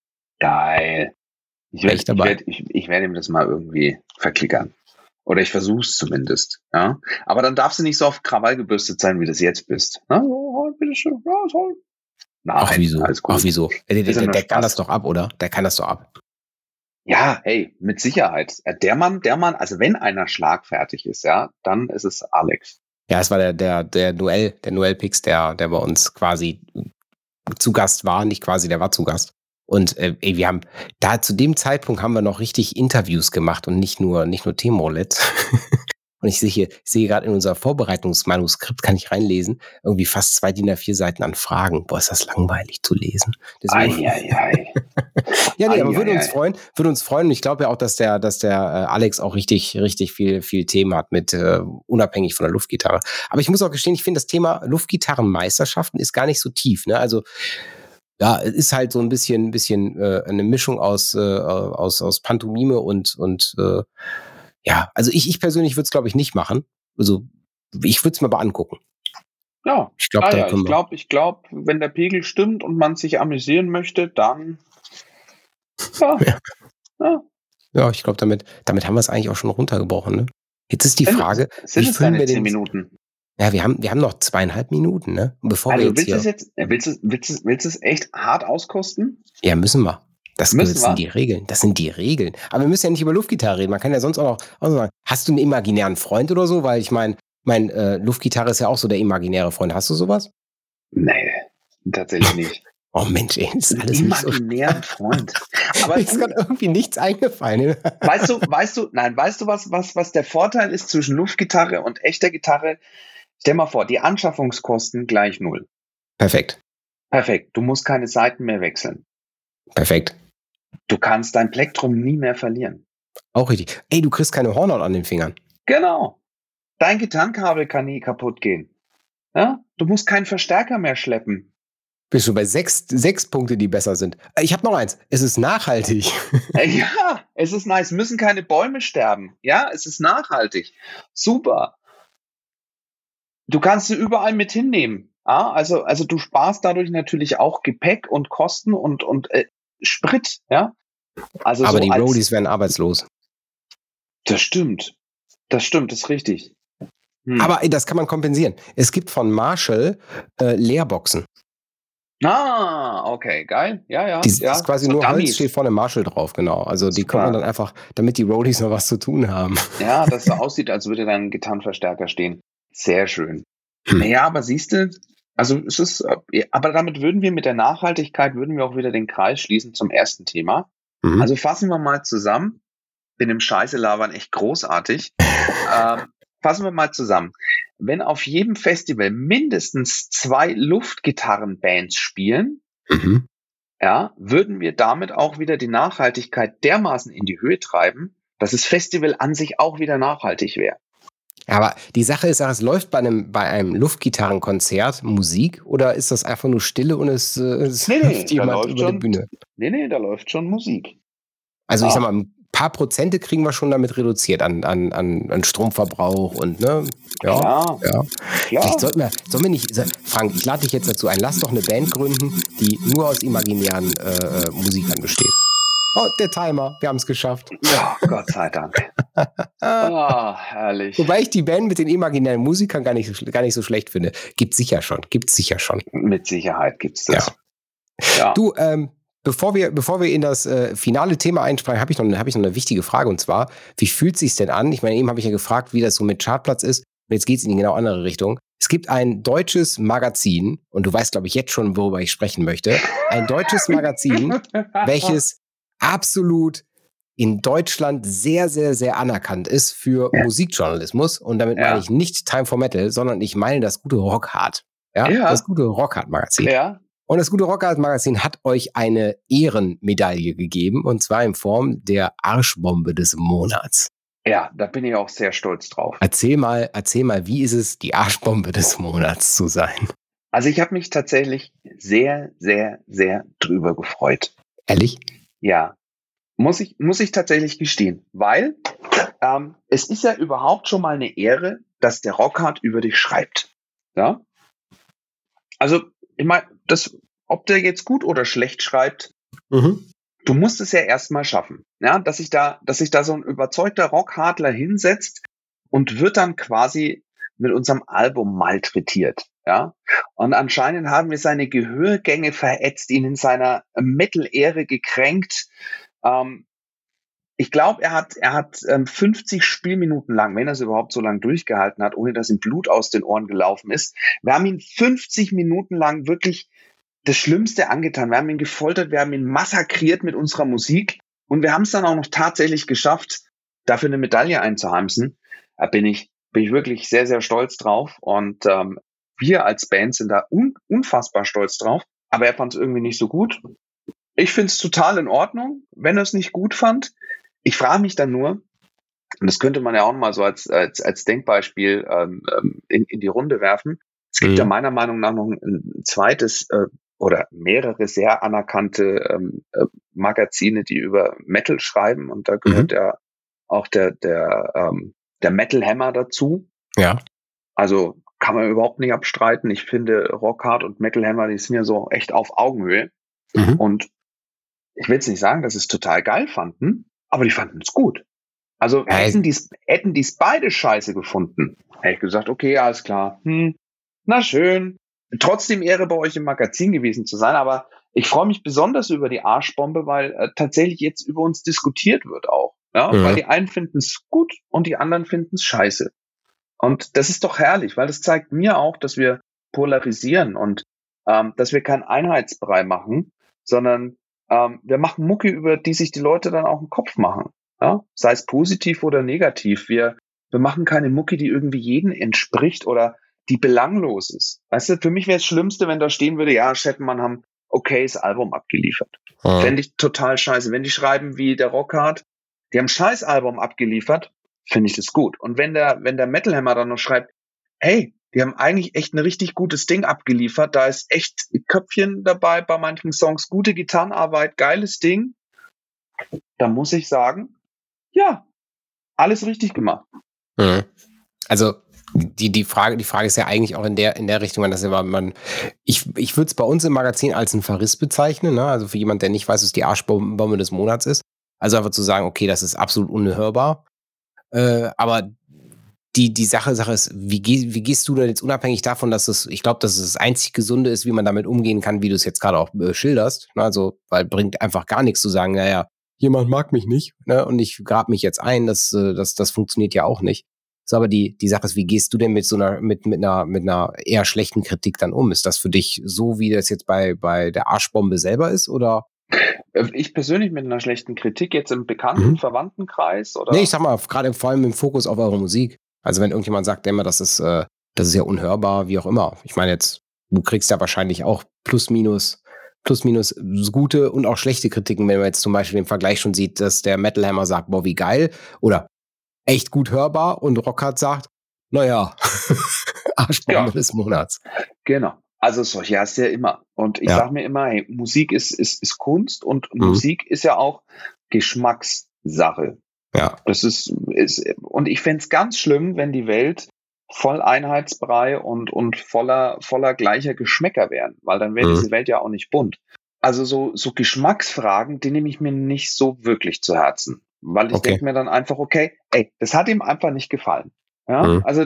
Geil. Ich werde Echt ich dabei. werd, ich, ich werd ihm das mal irgendwie verklickern. Oder ich versuch's zumindest. Ja? Aber dann darfst du nicht so auf Krawall gebürstet sein, wie du es jetzt bist. Ja, oh, bitteschön. Ja, toll. Nein, Ach, wieso? alles gut. Ach, wieso? Der, der, Ist ja der, nur der kann Spaß. das doch ab, oder? Der kann das doch ab. Ja, hey, mit Sicherheit. Äh, Der Mann, der Mann, also wenn einer schlagfertig ist, ja, dann ist es Alex. Ja, es war der, der, der Noel, der Noel Pix, der, der bei uns quasi zu Gast war, nicht quasi, der war zu Gast. Und äh, ey, wir haben, da zu dem Zeitpunkt haben wir noch richtig Interviews gemacht und nicht nur, nicht nur Themenroulette. Und ich sehe hier, ich sehe gerade in unser Vorbereitungsmanuskript, kann ich reinlesen, irgendwie fast zwei D I N A vier Seiten an Fragen. Boah, ist das langweilig zu lesen. Deswegen, Eieiei. ja, nee, aber Ei, würde ei, uns ei. freuen, würde uns freuen. Und ich glaube ja auch, dass der, dass der äh, Alex auch richtig, richtig viel, viel Themen hat mit, äh, unabhängig von der Luftgitarre. Aber ich muss auch gestehen, ich finde das Thema Luftgitarrenmeisterschaften ist gar nicht so tief, ne? Also, ja, es ist halt so ein bisschen, ein bisschen äh, eine Mischung aus, äh, aus, aus Pantomime und, und äh, ja, also ich, ich persönlich würde es, glaube ich, nicht machen. Also ich würde es mir aber angucken. Ja, Ich glaube, ah, da ja, können ich wir. glaube, ich glaub, wenn der Pegel stimmt und man sich amüsieren möchte, dann ja. Ja. ja. Ja, ich glaube, damit, damit haben wir es eigentlich auch schon runtergebrochen. Ne? Jetzt ist die Sind- Frage, Sind wie es füllen deine wir zehn den? Minuten? Ja, wir haben, wir haben noch zweieinhalb Minuten, ne? Und bevor Also wir jetzt willst du hier. es jetzt, äh, willst du, willst du, willst du es echt hart auskosten? Ja, müssen wir. Das, Müssen das sind wir? die Regeln. Das sind die Regeln. Aber wir müssen ja nicht über Luftgitarre reden. Man kann ja sonst auch noch auch so sagen, hast du einen imaginären Freund oder so? Weil ich meine, mein, äh, Luftgitarre ist ja auch so der imaginäre Freund. Hast du sowas? Nee, tatsächlich nicht. Oh Mensch, ey, das ist alles nicht so imaginären Freund. Aber mir ist gerade irgendwie nichts eingefallen. weißt du, weißt du, nein, weißt du, was, was, was der Vorteil ist zwischen Luftgitarre und echter Gitarre? Stell mal vor, die Anschaffungskosten gleich null. Perfekt. Perfekt. Du musst keine Saiten mehr wechseln. Perfekt. Du kannst dein Plektrum nie mehr verlieren. Auch richtig. Ey, du kriegst keine Hornhaut an den Fingern. Genau. Dein Gitarrenkabel kann nie kaputt gehen. Ja? Du musst keinen Verstärker mehr schleppen. Bist du bei sechs, sechs Punkte, die besser sind. Ich habe noch eins. Es ist nachhaltig. Ja, es ist nice. Müssen keine Bäume sterben. Ja, es ist nachhaltig. Super. Du kannst sie überall mit hinnehmen. Ja, also, also du sparst dadurch natürlich auch Gepäck und Kosten und, und äh, Sprit. Ja? Also Aber so die als, Roadies werden arbeitslos. Das stimmt. Das stimmt, das ist richtig. Hm. Aber ey, das kann man kompensieren. Es gibt von Marshall äh, Leerboxen. Ah, okay, geil. Ja, ja. Die ja. ist quasi So nur Dummies. Holz, steht vorne Marshall drauf, genau. Also die Super. kommt man dann einfach, damit die Roadies noch was zu tun haben. Ja, dass so aussieht, als würde da ein Gitarrenverstärker stehen. Sehr schön. Hm. Naja, aber siehst du, also es ist, äh, aber damit würden wir mit der Nachhaltigkeit, würden wir auch wieder den Kreis schließen zum ersten Thema. Mhm. Also fassen wir mal zusammen. Bin im Scheiße labern echt großartig. ähm, fassen wir mal zusammen. Wenn auf jedem Festival mindestens zwei Luftgitarrenbands spielen, Mhm. ja, würden wir damit auch wieder die Nachhaltigkeit dermaßen in die Höhe treiben, dass das Festival an sich auch wieder nachhaltig wäre. Aber die Sache ist, es läuft bei einem, bei einem Luftgitarrenkonzert Musik oder ist das einfach nur Stille und es, äh, es Nee, nee, hüpft da jemand läuft über die schon- Bühne? Nee, nee, da läuft schon Musik. Also ich Ah. sag mal, ein paar Prozente kriegen wir schon damit reduziert an, an, an, an Stromverbrauch und ne, ja, Klar, ja. klar. Vielleicht sollten wir, sollen wir nicht, Frank, ich lade dich jetzt dazu ein, lass doch eine Band gründen, die nur aus imaginären äh, Musikern besteht. Oh, der Timer, wir haben es geschafft. Ja, Gott sei Dank. Ah, herrlich. Wobei ich die Band mit den imaginären Musikern gar nicht, so- gar nicht so schlecht finde. Gibt's sicher schon, gibt's sicher schon. Mit Sicherheit gibt's das. Ja. Du, ähm, bevor wir, bevor wir in das äh, finale Thema einspringen, habe ich, noch, hab ich noch eine wichtige Frage und zwar, wie fühlt sich's denn an? Ich meine, eben habe ich ja gefragt, wie das so mit Chartplatz ist und jetzt geht's in die genau andere Richtung. Es gibt ein deutsches Magazin und du weißt, glaube ich, jetzt schon, worüber ich sprechen möchte. Ein deutsches Magazin, welches absolut in Deutschland sehr, sehr, sehr anerkannt ist für Ja. Musikjournalismus. Und damit Ja. meine ich nicht Time for Metal, sondern ich meine das gute Rockhard. Ja, Ja. das gute Rockhard-Magazin. Ja. Und das gute Rockhard-Magazin hat euch eine Ehrenmedaille gegeben, und zwar in Form der Arschbombe des Monats. Ja, da bin ich auch sehr stolz drauf. Erzähl mal, erzähl mal, wie ist es, die Arschbombe des Monats zu sein? Also ich habe mich tatsächlich sehr, sehr, sehr drüber gefreut. Ehrlich? Ja, muss ich, muss ich tatsächlich gestehen, weil ähm, es ist ja überhaupt schon mal eine Ehre, dass der Rockhard über dich schreibt. Ja? Also, ich meine, das, ob der jetzt gut oder schlecht schreibt, Mhm. du musst es ja erstmal schaffen. Ja, dass sich da, dass sich da so ein überzeugter Rockhardler hinsetzt und wird dann quasi mit unserem Album malträtiert. Ja, und anscheinend haben wir seine Gehörgänge verätzt, ihn in seiner Metal-Ehre gekränkt. Ähm, ich glaube, er hat, er hat ähm, fünfzig Spielminuten lang, wenn er es überhaupt so lang durchgehalten hat, ohne dass ihm Blut aus den Ohren gelaufen ist. Wir haben ihn fünfzig Minuten lang wirklich das Schlimmste angetan. Wir haben ihn gefoltert, wir haben ihn massakriert mit unserer Musik und wir haben es dann auch noch tatsächlich geschafft, dafür eine Medaille einzuheimsen. Da bin ich, bin ich wirklich sehr, sehr stolz drauf und ähm, wir als Band sind da un- unfassbar stolz drauf, aber er fand es irgendwie nicht so gut. Ich finde es total in Ordnung, wenn er es nicht gut fand. Ich frage mich dann nur, und das könnte man ja auch mal so als, als, als Denkbeispiel ähm, in, in die Runde werfen. Es gibt Mhm. ja meiner Meinung nach noch ein, ein zweites äh, oder mehrere sehr anerkannte ähm, äh, Magazine, die über Metal schreiben. Und da gehört Mhm. ja auch der, der, ähm, der Metal Hammer dazu. Ja. Also kann man überhaupt nicht abstreiten. Ich finde, Rockhard und Metal Hammer, die sind ja so echt auf Augenhöhe. Mhm. Und ich will jetzt nicht sagen, dass sie es total geil fanden, aber die fanden es gut. Also Ja, hätten die hätten die's beide scheiße gefunden, hätte ich gesagt, okay, alles klar. Hm, na schön. Trotzdem Ehre bei euch im Magazin gewesen zu sein, aber ich freue mich besonders über die Arschbombe, weil äh, tatsächlich jetzt über uns diskutiert wird auch. Ja? Mhm. Weil die einen finden es gut und die anderen finden es scheiße. Und das ist doch herrlich, weil das zeigt mir auch, dass wir polarisieren und ähm, dass wir keinen Einheitsbrei machen, sondern ähm, wir machen Mucke, über die sich die Leute dann auch einen Kopf machen. Ja? Sei es positiv oder negativ. Wir, wir machen keine Mucke, die irgendwie jedem entspricht oder die belanglos ist. Weißt du, für mich wäre das Schlimmste, wenn da stehen würde, ja, Shetman haben okayes Album abgeliefert. Mhm. Fände ich total scheiße. Wenn die schreiben wie der Rockhard, die haben ein scheiß Album abgeliefert, finde ich das gut. Und wenn der, wenn der Metal Hammer dann noch schreibt, hey, die haben eigentlich echt ein richtig gutes Ding abgeliefert, da ist echt Köpfchen dabei bei manchen Songs, gute Gitarrenarbeit, geiles Ding, da muss ich sagen, ja, alles richtig gemacht. Mhm. Also die, die Frage, die Frage ist ja eigentlich auch in der, in der Richtung, dass ja man, ich, ich würde es bei uns im Magazin als einen Verriss bezeichnen, ne? Also für jemand, der nicht weiß, was die Arschbombe des Monats ist. Also einfach zu sagen, okay, das ist absolut unhörbar. Äh, aber die, die Sache, Sache ist, wie, geh, wie gehst du denn jetzt unabhängig davon, dass es, ich glaube, dass es das einzig Gesunde ist, wie man damit umgehen kann, wie du es jetzt gerade auch äh, schilderst. Ne? Also, weil bringt einfach gar nichts zu sagen, naja, jemand mag mich nicht, ne? Und ich grab mich jetzt ein, das, äh, das, das funktioniert ja auch nicht. So, aber die, die Sache ist, wie gehst du denn mit so einer, mit, mit einer, mit einer eher schlechten Kritik dann um? Ist das für dich so, wie das jetzt bei, bei der Arschbombe selber ist, oder? Ich persönlich mit einer schlechten Kritik jetzt im bekannten Mhm. Verwandtenkreis, oder? Nee, ich sag mal, gerade vor allem im Fokus auf eure Musik. Also wenn irgendjemand sagt, immer, das ist, äh, das ist ja unhörbar, wie auch immer. Ich meine jetzt, du kriegst ja wahrscheinlich auch plus minus, plus minus gute und auch schlechte Kritiken, wenn man jetzt zum Beispiel den Vergleich schon sieht, dass der Metal Hammer sagt, boah, wie geil, oder echt gut hörbar, und Rockhard sagt, naja, Arschbombe Ja. des Monats. Genau. Also solche hast du ja immer. Und ich Ja. sage mir immer, hey, Musik ist, ist, ist Kunst und Mhm. Musik ist ja auch Geschmackssache. Ja. Das ist, ist und ich fänd's ganz schlimm, wenn die Welt voll Einheitsbrei und, und voller, voller gleicher Geschmäcker wären, weil dann wäre Mhm. diese Welt ja auch nicht bunt. Also so, so Geschmacksfragen, die nehme ich mir nicht so wirklich zu Herzen, weil ich Okay. denke mir dann einfach, okay, ey, das hat ihm einfach nicht gefallen. Ja, Mhm. also,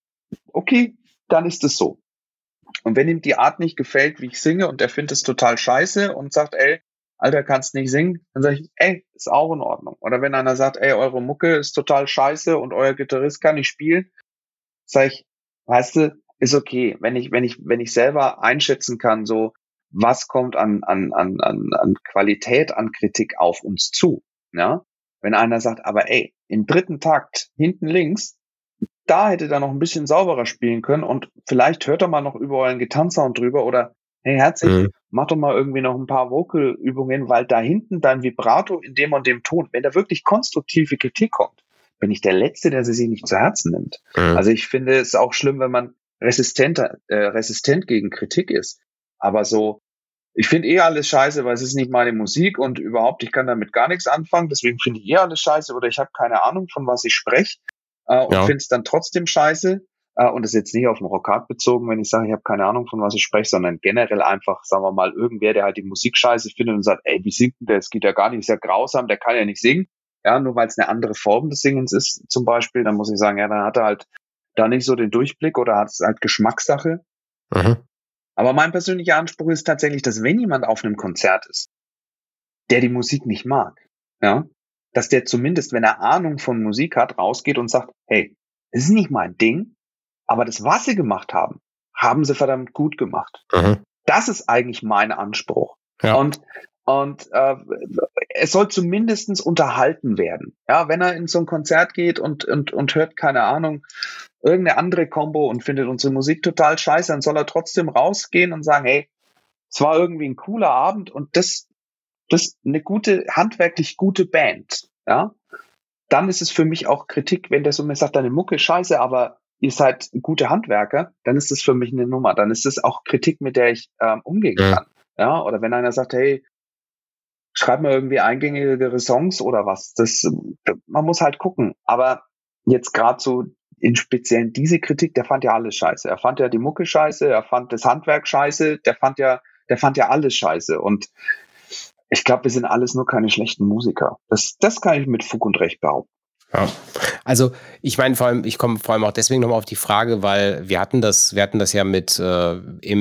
okay, dann ist es so. Und wenn ihm die Art nicht gefällt, wie ich singe, und er findet es total scheiße und sagt, ey, Alter, kannst nicht singen, dann sage ich, ey, ist auch in Ordnung. Oder wenn einer sagt, ey, eure Mucke ist total scheiße und euer Gitarrist kann nicht spielen, sage ich, weißt du, ist okay. Wenn ich, wenn ich, wenn ich selber einschätzen kann, so, was kommt an, an, an, an, an Qualität, an Kritik auf uns zu, ja? Wenn einer sagt, aber ey, im dritten Takt, hinten links, da hätte er noch ein bisschen sauberer spielen können und vielleicht hört er mal noch über euren Gitarrensound drüber oder, hey, herzlich, Mhm. mach doch mal irgendwie noch ein paar Vocal-Übungen, weil da hinten dein Vibrato in dem und dem Ton, wenn da wirklich konstruktive Kritik kommt, bin ich der Letzte, der sie sich nicht zu Herzen nimmt. Mhm. Also ich finde es auch schlimm, wenn man resistenter, äh, resistent gegen Kritik ist. Aber so, ich finde eh alles scheiße, weil es ist nicht meine Musik und überhaupt, ich kann damit gar nichts anfangen, deswegen finde ich eh alles scheiße oder ich habe keine Ahnung, von was ich spreche, äh, und Ja. finde es dann trotzdem scheiße. Äh, und das ist jetzt nicht auf den Rockhard bezogen, wenn ich sage, ich habe keine Ahnung, von was ich spreche, sondern generell einfach, sagen wir mal, irgendwer, der halt die Musik scheiße findet und sagt, ey, wie singt denn der? Das geht ja gar nicht, ist ja grausam, der kann ja nicht singen. Ja, nur weil es eine andere Form des Singens ist, zum Beispiel, dann muss ich sagen, ja, dann hat er halt da nicht so den Durchblick oder hat es halt Geschmackssache. Mhm. Aber mein persönlicher Anspruch ist tatsächlich, dass wenn jemand auf einem Konzert ist, der die Musik nicht mag, ja, dass der zumindest, wenn er Ahnung von Musik hat, rausgeht und sagt, hey, das ist nicht mein Ding, aber das, was sie gemacht haben, haben sie verdammt gut gemacht. Mhm. Das ist eigentlich mein Anspruch. Ja. Und und äh, es soll zumindestens unterhalten werden. Ja, wenn er in so ein Konzert geht und und und hört, keine Ahnung, irgendeine andere Combo und findet unsere Musik total scheiße, dann soll er trotzdem rausgehen und sagen, hey, es war irgendwie ein cooler Abend und das das ist eine gute, handwerklich gute Band. Ja, dann ist es für mich auch Kritik, wenn der so mir sagt, deine Mucke ist scheiße, aber ihr seid gute Handwerker, dann ist das für mich eine Nummer. Dann ist das auch Kritik, mit der ich ähm, umgehen Mhm. kann. Ja, oder wenn einer sagt, hey, schreib mir irgendwie eingängigere Songs oder was. Das, man muss halt gucken. Aber jetzt gerade so in speziellen diese Kritik, der fand ja alles scheiße. Er fand ja die Mucke scheiße, er fand das Handwerk scheiße, der fand ja, der fand ja alles scheiße. Und ich glaube, wir sind alles nur keine schlechten Musiker. Das, das kann ich mit Fug und Recht behaupten. Ja. Also ich meine vor allem, ich komme vor allem auch deswegen nochmal auf die Frage, weil wir hatten das, wir hatten das ja mit äh,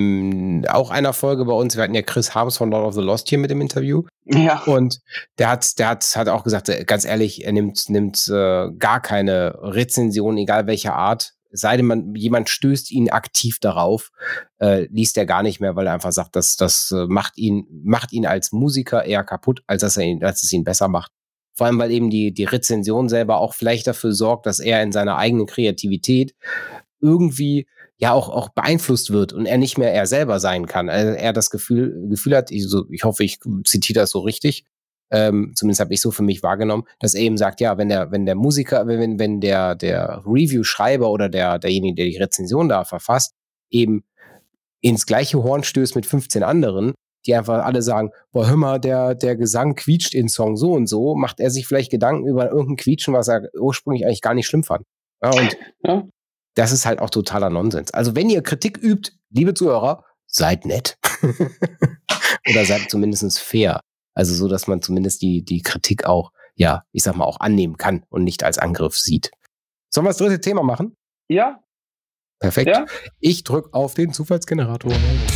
im auch einer Folge bei uns, wir hatten ja Chris Harms von Lord of the Lost hier mit im Interview. Ja. Und der hat, der hat, hat auch gesagt, ganz ehrlich, er nimmt, nimmt äh, gar keine Rezension, egal welcher Art, es sei denn, man, jemand stößt ihn aktiv darauf, äh, liest er gar nicht mehr, weil er einfach sagt, dass das äh, macht ihn, macht ihn als Musiker eher kaputt, als dass er ihn, als es ihn besser macht. Vor allem, weil eben die, die Rezension selber auch vielleicht dafür sorgt, dass er in seiner eigenen Kreativität irgendwie ja auch, auch beeinflusst wird und er nicht mehr er selber sein kann. Also er das Gefühl, Gefühl hat, ich, so, ich hoffe, ich zitiere das so richtig, ähm, zumindest habe ich so für mich wahrgenommen, dass er eben sagt, ja, wenn der, wenn der Musiker, wenn, wenn der, der Review-Schreiber oder der, derjenige, der die Rezension da verfasst, eben ins gleiche Horn stößt mit fünfzehn anderen, die einfach alle sagen, boah, hör mal, der, der Gesang quietscht in Song so und so, macht er sich vielleicht Gedanken über irgendein Quietschen, was er ursprünglich eigentlich gar nicht schlimm fand. Ja, und Ja. das ist halt auch totaler Nonsens. Also wenn ihr Kritik übt, liebe Zuhörer, seid nett. Oder seid zumindest fair. Also so, dass man zumindest die, die Kritik auch, ja, ich sag mal, auch annehmen kann und nicht als Angriff sieht. Sollen wir das dritte Thema machen? Ja. Perfekt. Ja. Ich drücke auf den Zufallsgenerator.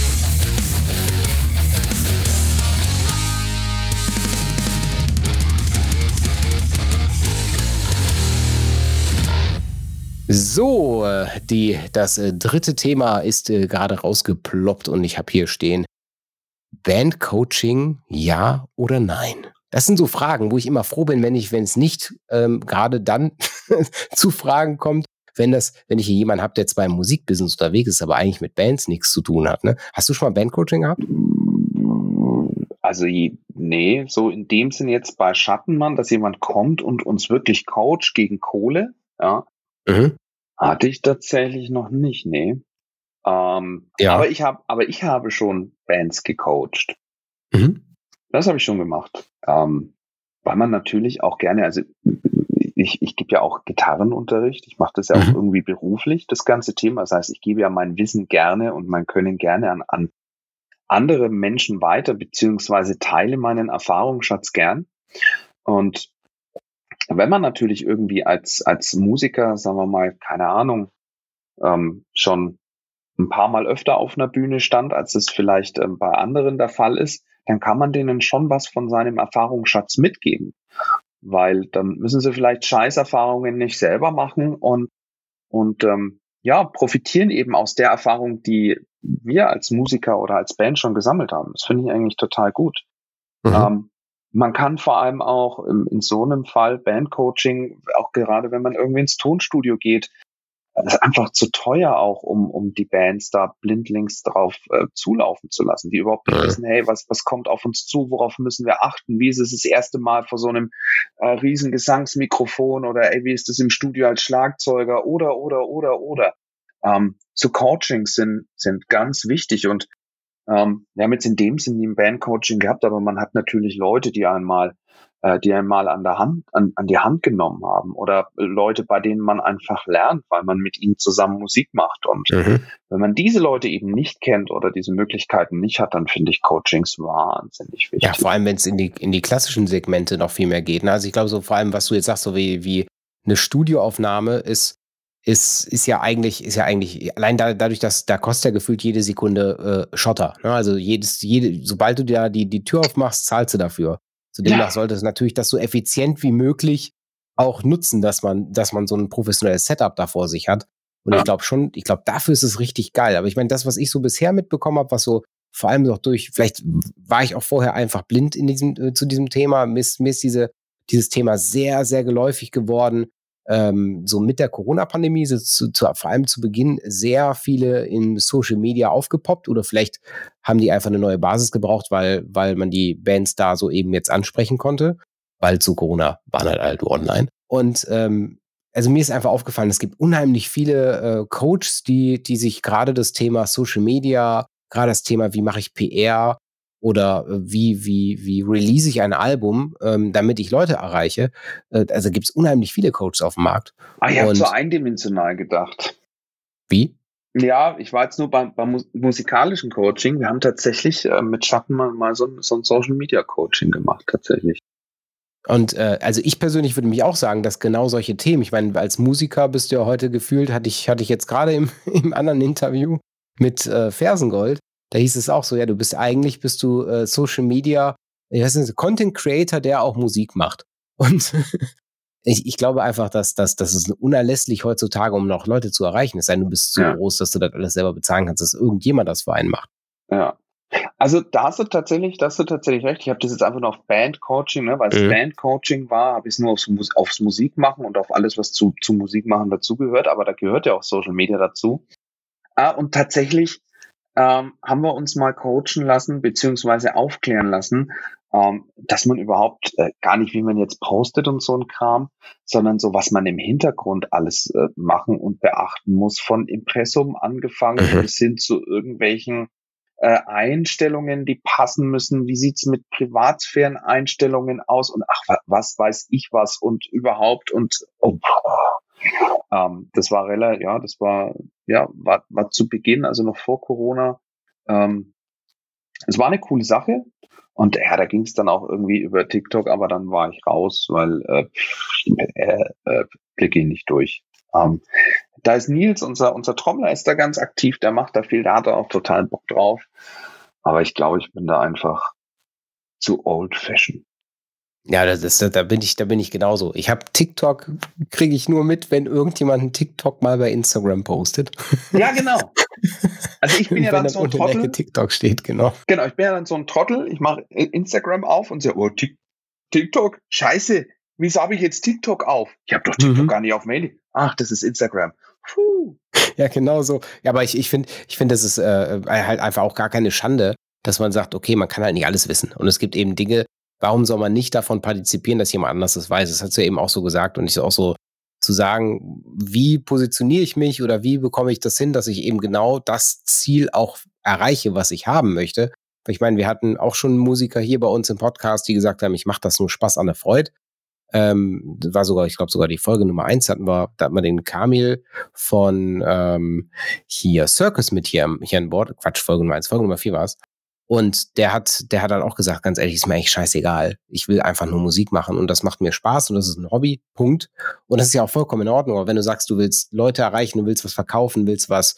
So, äh, die, das äh, dritte Thema ist äh, gerade rausgeploppt und ich habe hier stehen, Bandcoaching, ja oder nein? Das sind so Fragen, wo ich immer froh bin, wenn ich, wenn es nicht ähm, gerade dann zu Fragen kommt, wenn das, wenn ich hier jemanden habe, der zwar im Musikbusiness unterwegs ist, aber eigentlich mit Bands nichts zu tun hat. Ne? Hast du schon mal Bandcoaching gehabt? Also nee, so in dem Sinn jetzt bei Schattenmann, dass jemand kommt und uns wirklich coacht gegen Kohle, ja, Mhm. hatte ich tatsächlich noch nicht, nee. Ähm, Ja. Aber ich habe, aber ich habe schon Bands gecoacht. Mhm. Das habe ich schon gemacht. Ähm, weil man natürlich auch gerne, also ich, ich gebe ja auch Gitarrenunterricht, ich mache das ja auch Mhm. irgendwie beruflich, das ganze Thema. Das heißt, ich gebe ja mein Wissen gerne und mein Können gerne an, an andere Menschen weiter, beziehungsweise teile meinen Erfahrungsschatz gern. Und wenn man natürlich irgendwie als, als Musiker, sagen wir mal, keine Ahnung, ähm, schon ein paar Mal öfter auf einer Bühne stand, als es vielleicht ähm, bei anderen der Fall ist, dann kann man denen schon was von seinem Erfahrungsschatz mitgeben. Weil dann müssen sie vielleicht Scheißerfahrungen nicht selber machen und, und ähm, ja, profitieren eben aus der Erfahrung, die wir als Musiker oder als Band schon gesammelt haben. Das finde ich eigentlich total gut. Mhm. Ähm, man kann vor allem auch in, in so einem Fall Bandcoaching, auch gerade wenn man irgendwie ins Tonstudio geht, das ist einfach zu teuer auch, um, um die Bands da blindlings drauf äh, zulaufen zu lassen, die überhaupt nicht wissen, hey, was, was kommt auf uns zu, worauf müssen wir achten, wie ist es das erste Mal vor so einem äh, riesen Gesangsmikrofon oder ey, wie ist es im Studio als Schlagzeuger oder, oder, oder, oder. Ähm, so Coachings sind, sind ganz wichtig und ähm, wir haben jetzt in dem Sinne nie ein Bandcoaching gehabt, aber man hat natürlich Leute, die einmal, äh, die einmal an der Hand, an, an die Hand genommen haben oder Leute, bei denen man einfach lernt, weil man mit ihnen zusammen Musik macht. Und Mhm. wenn man diese Leute eben nicht kennt oder diese Möglichkeiten nicht hat, dann finde ich Coachings wahnsinnig wichtig. Ja, vor allem, wenn es in die, in die klassischen Segmente noch viel mehr geht. Ne? Also ich glaube, so vor allem, was du jetzt sagst, so wie, wie eine Studioaufnahme ist, ist, ist ja eigentlich, ist ja eigentlich, allein da, dadurch, dass da kostet ja gefühlt jede Sekunde äh, Schotter. Ne? Also jedes, jede, sobald du da die, die Tür aufmachst, zahlst du dafür. So demnach Ja. sollte es natürlich das so effizient wie möglich auch nutzen, dass man, dass man so ein professionelles Setup da vor sich hat. Und Ja. ich glaube schon, ich glaube, dafür ist es richtig geil. Aber ich meine, das, was ich so bisher mitbekommen habe, was so vor allem noch durch, vielleicht war ich auch vorher einfach blind in diesem, äh, zu diesem Thema, mir ist, mir ist diese, dieses Thema sehr, sehr geläufig geworden. Ähm, so mit der Corona-Pandemie, so zu, zu, vor allem zu Beginn, sehr viele in Social Media aufgepoppt oder vielleicht haben die einfach eine neue Basis gebraucht, weil, weil man die Bands da so eben jetzt ansprechen konnte, weil zu Corona waren halt alle online. Und ähm, also mir ist einfach aufgefallen, es gibt unheimlich viele äh, Coaches, die, die sich gerade das Thema Social Media, gerade das Thema, wie mache ich P R oder äh, wie, wie, wie release ich ein Album, ähm, damit ich Leute erreiche. Äh, also gibt es unheimlich viele Coaches auf dem Markt. Ah, ich habe Und so eindimensional gedacht. wie? Ja, ich war jetzt nur beim, beim mus- musikalischen Coaching. Wir haben tatsächlich äh, mit Schatten mal, mal so, ein- so ein Social Media Coaching gemacht, tatsächlich. Und äh, also ich persönlich würde mich auch sagen, dass genau solche Themen, ich meine, als Musiker bist du ja heute gefühlt, hatte ich, hatte ich jetzt gerade im, im anderen Interview mit äh, Fersengold, da hieß es auch so, ja, du bist eigentlich, bist du äh, Social Media, ich weiß nicht, Content Creator, der auch Musik macht. Und ich, ich glaube einfach, dass, dass, dass es unerlässlich heutzutage, um noch Leute zu erreichen, es sei denn, du bist so Ja. groß, dass du das alles selber bezahlen kannst, dass irgendjemand das für einen macht. Ja. Also da hast du tatsächlich, da hast du tatsächlich recht. Ich habe das jetzt einfach nur auf Bandcoaching, ne, weil es Mhm. Bandcoaching war, habe ich es nur aufs, Mus- aufs Musikmachen und auf alles, was zu, zu Musikmachen dazugehört, aber da gehört ja auch Social Media dazu. Ah, und tatsächlich ähm, haben wir uns mal coachen lassen, beziehungsweise aufklären lassen, ähm, dass man überhaupt äh, gar nicht, wie man jetzt postet und so ein Kram, sondern so, was man im Hintergrund alles äh, machen und beachten muss, von Impressum angefangen Mhm. bis hin zu irgendwelchen äh, Einstellungen, die passen müssen. Wie sieht's mit Privatsphären-Einstellungen aus? Und ach, wa- was weiß ich was und überhaupt und oh, ähm, das war relativ, ja, das war, ja, war, war zu Beginn, also noch vor Corona. Ähm, es war eine coole Sache. Und ja, da ging es dann auch irgendwie über TikTok, aber dann war ich raus, weil äh, äh, äh, blicke ich nicht durch. Ähm, da ist Nils, unser, unser Trommler, ist da ganz aktiv, der macht da viel, da hat er auch total Bock drauf. Aber ich glaube, ich bin da einfach zu old fashioned. Ja, das ist, da bin ich, da bin ich genauso. Ich habe TikTok, kriege ich nur mit, wenn irgendjemand einen TikTok mal bei Instagram postet. Ja, genau. Also ich bin ja wenn dann dann so ein unten in der Ecke Trottel. TikTok steht, genau. Genau, ich bin ja dann so ein Trottel. Ich mache Instagram auf und sage, oh, Tik- TikTok, scheiße, wieso habe ich jetzt TikTok auf? Ich habe doch TikTok Mhm. gar nicht auf dem Handy. Ach, das ist Instagram. Puh. Ja, genau so. Ja, aber ich, ich finde, ich finde, das ist äh, halt einfach auch gar keine Schande, dass man sagt, okay, man kann halt nicht alles wissen. Und es gibt eben Dinge, warum soll man nicht davon partizipieren, dass jemand anders das weiß? Das hast du ja eben auch so gesagt. Und ich auch so zu sagen, wie positioniere ich mich oder wie bekomme ich das hin, dass ich eben genau das Ziel auch erreiche, was ich haben möchte. Ich meine, wir hatten auch schon Musiker hier bei uns im Podcast, die gesagt haben, ich mache das nur Spaß an der Freude. Ähm, das war sogar, ich glaube sogar die Folge Nummer eins hatten wir, da hatten wir den Kamil von ähm, hier Circus mit hier, am- hier an Bord. Quatsch, Folge Nummer eins, Folge Nummer vier war es. Und der hat, der hat dann auch gesagt, ganz ehrlich, ist mir eigentlich scheißegal. Ich will einfach nur Musik machen und das macht mir Spaß und das ist ein Hobby, Punkt. Und das ist ja auch vollkommen in Ordnung. Aber wenn du sagst, du willst Leute erreichen, du willst was verkaufen, willst was,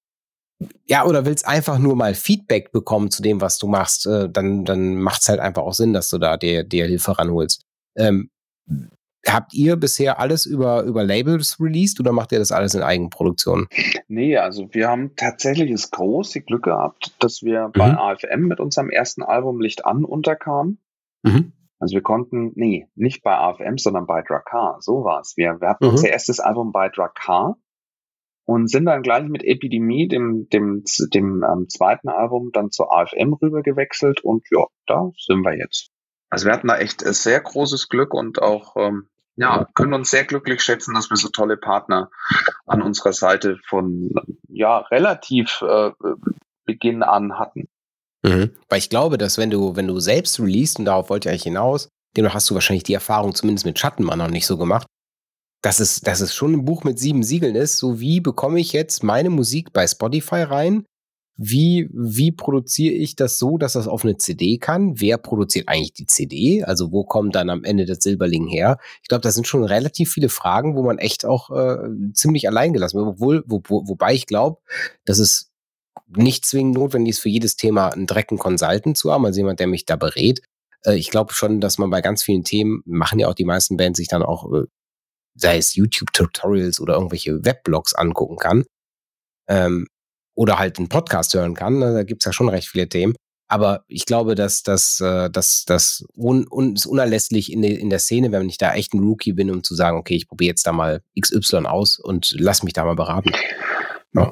ja, oder willst einfach nur mal Feedback bekommen zu dem, was du machst, äh, dann, dann macht es halt einfach auch Sinn, dass du da dir, dir Hilfe ranholst. Ähm, habt ihr bisher alles über, über Labels released oder macht ihr das alles in Eigenproduktion? Nee, also wir haben tatsächlich das große Glück gehabt, dass wir bei Mhm. A F M mit unserem ersten Album Licht an unterkamen. Mhm. Also wir konnten, nee, nicht bei A F M, sondern bei Drakkar. So war's. Wir, wir hatten Mhm. unser erstes Album bei Drakkar und sind dann gleich mit Epidemie, dem, dem, dem ähm, zweiten Album, dann zur A F M rüber gewechselt und ja, da sind wir jetzt. Also wir hatten da echt äh, sehr großes Glück und auch, ähm, ja, können uns sehr glücklich schätzen, dass wir so tolle Partner an unserer Seite von, ja, relativ äh, Beginn an hatten. Mhm. Weil ich glaube, dass wenn du, wenn du selbst releast, und darauf wollte ich eigentlich hinaus, demnach hast du wahrscheinlich die Erfahrung zumindest mit Schattenmann noch nicht so gemacht, dass es, dass es schon ein Buch mit sieben Siegeln ist. So, wie bekomme ich jetzt meine Musik bei Spotify rein? Wie, wie produziere ich das so, dass das auf eine C D kann? Wer produziert eigentlich die C D? Also wo kommt dann am Ende das Silberling her? Ich glaube, das sind schon relativ viele Fragen, wo man echt auch äh, ziemlich allein gelassen wird. Obwohl, wo, wo, wobei ich glaube, dass es nicht zwingend notwendig ist, für jedes Thema einen direkten Consultant zu haben, also jemand, der mich da berät. Äh, ich glaube schon, dass man bei ganz vielen Themen, machen ja auch die meisten Bands, sich dann auch, äh, sei es YouTube-Tutorials oder irgendwelche Weblogs angucken kann. Ähm, oder halt einen Podcast hören kann. Ne? Da gibt's ja schon recht viele Themen. Aber ich glaube, dass das äh, dass, dass un, un, ist unerlässlich in, de, in der Szene, wenn ich da echt ein Rookie bin, um zu sagen, okay, ich probiere jetzt da mal X Y aus und lass mich da mal beraten. Ja.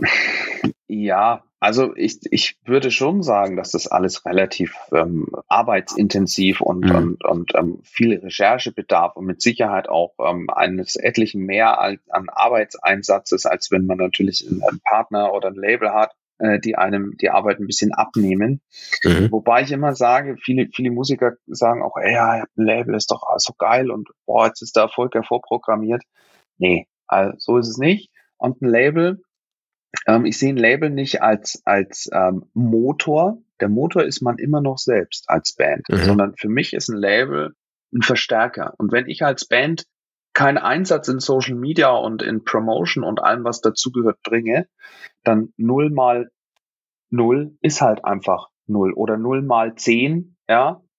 Ja, also ich, ich würde schon sagen, dass das alles relativ ähm, arbeitsintensiv und, Mhm. und, und ähm, viel Recherche bedarf und mit Sicherheit auch ähm, eines etlichen mehr als, an Arbeitseinsatzes, als wenn man natürlich einen Partner oder ein Label hat, äh, die einem die Arbeit ein bisschen abnehmen. Mhm. Wobei ich immer sage, viele, viele Musiker sagen auch, ey, ja, ein Label ist doch so geil und boah, jetzt ist der Erfolg ja vorprogrammiert. Nee, also so ist es nicht. Und ein Label, ähm, ich sehe ein Label nicht als, als ähm, Motor. Der Motor ist man immer noch selbst als Band, Mhm. sondern für mich ist ein Label ein Verstärker. Und wenn ich als Band keinen Einsatz in Social Media und in Promotion und allem, was dazugehört, bringe, dann null mal null ist halt einfach null oder null mal zehn, ja,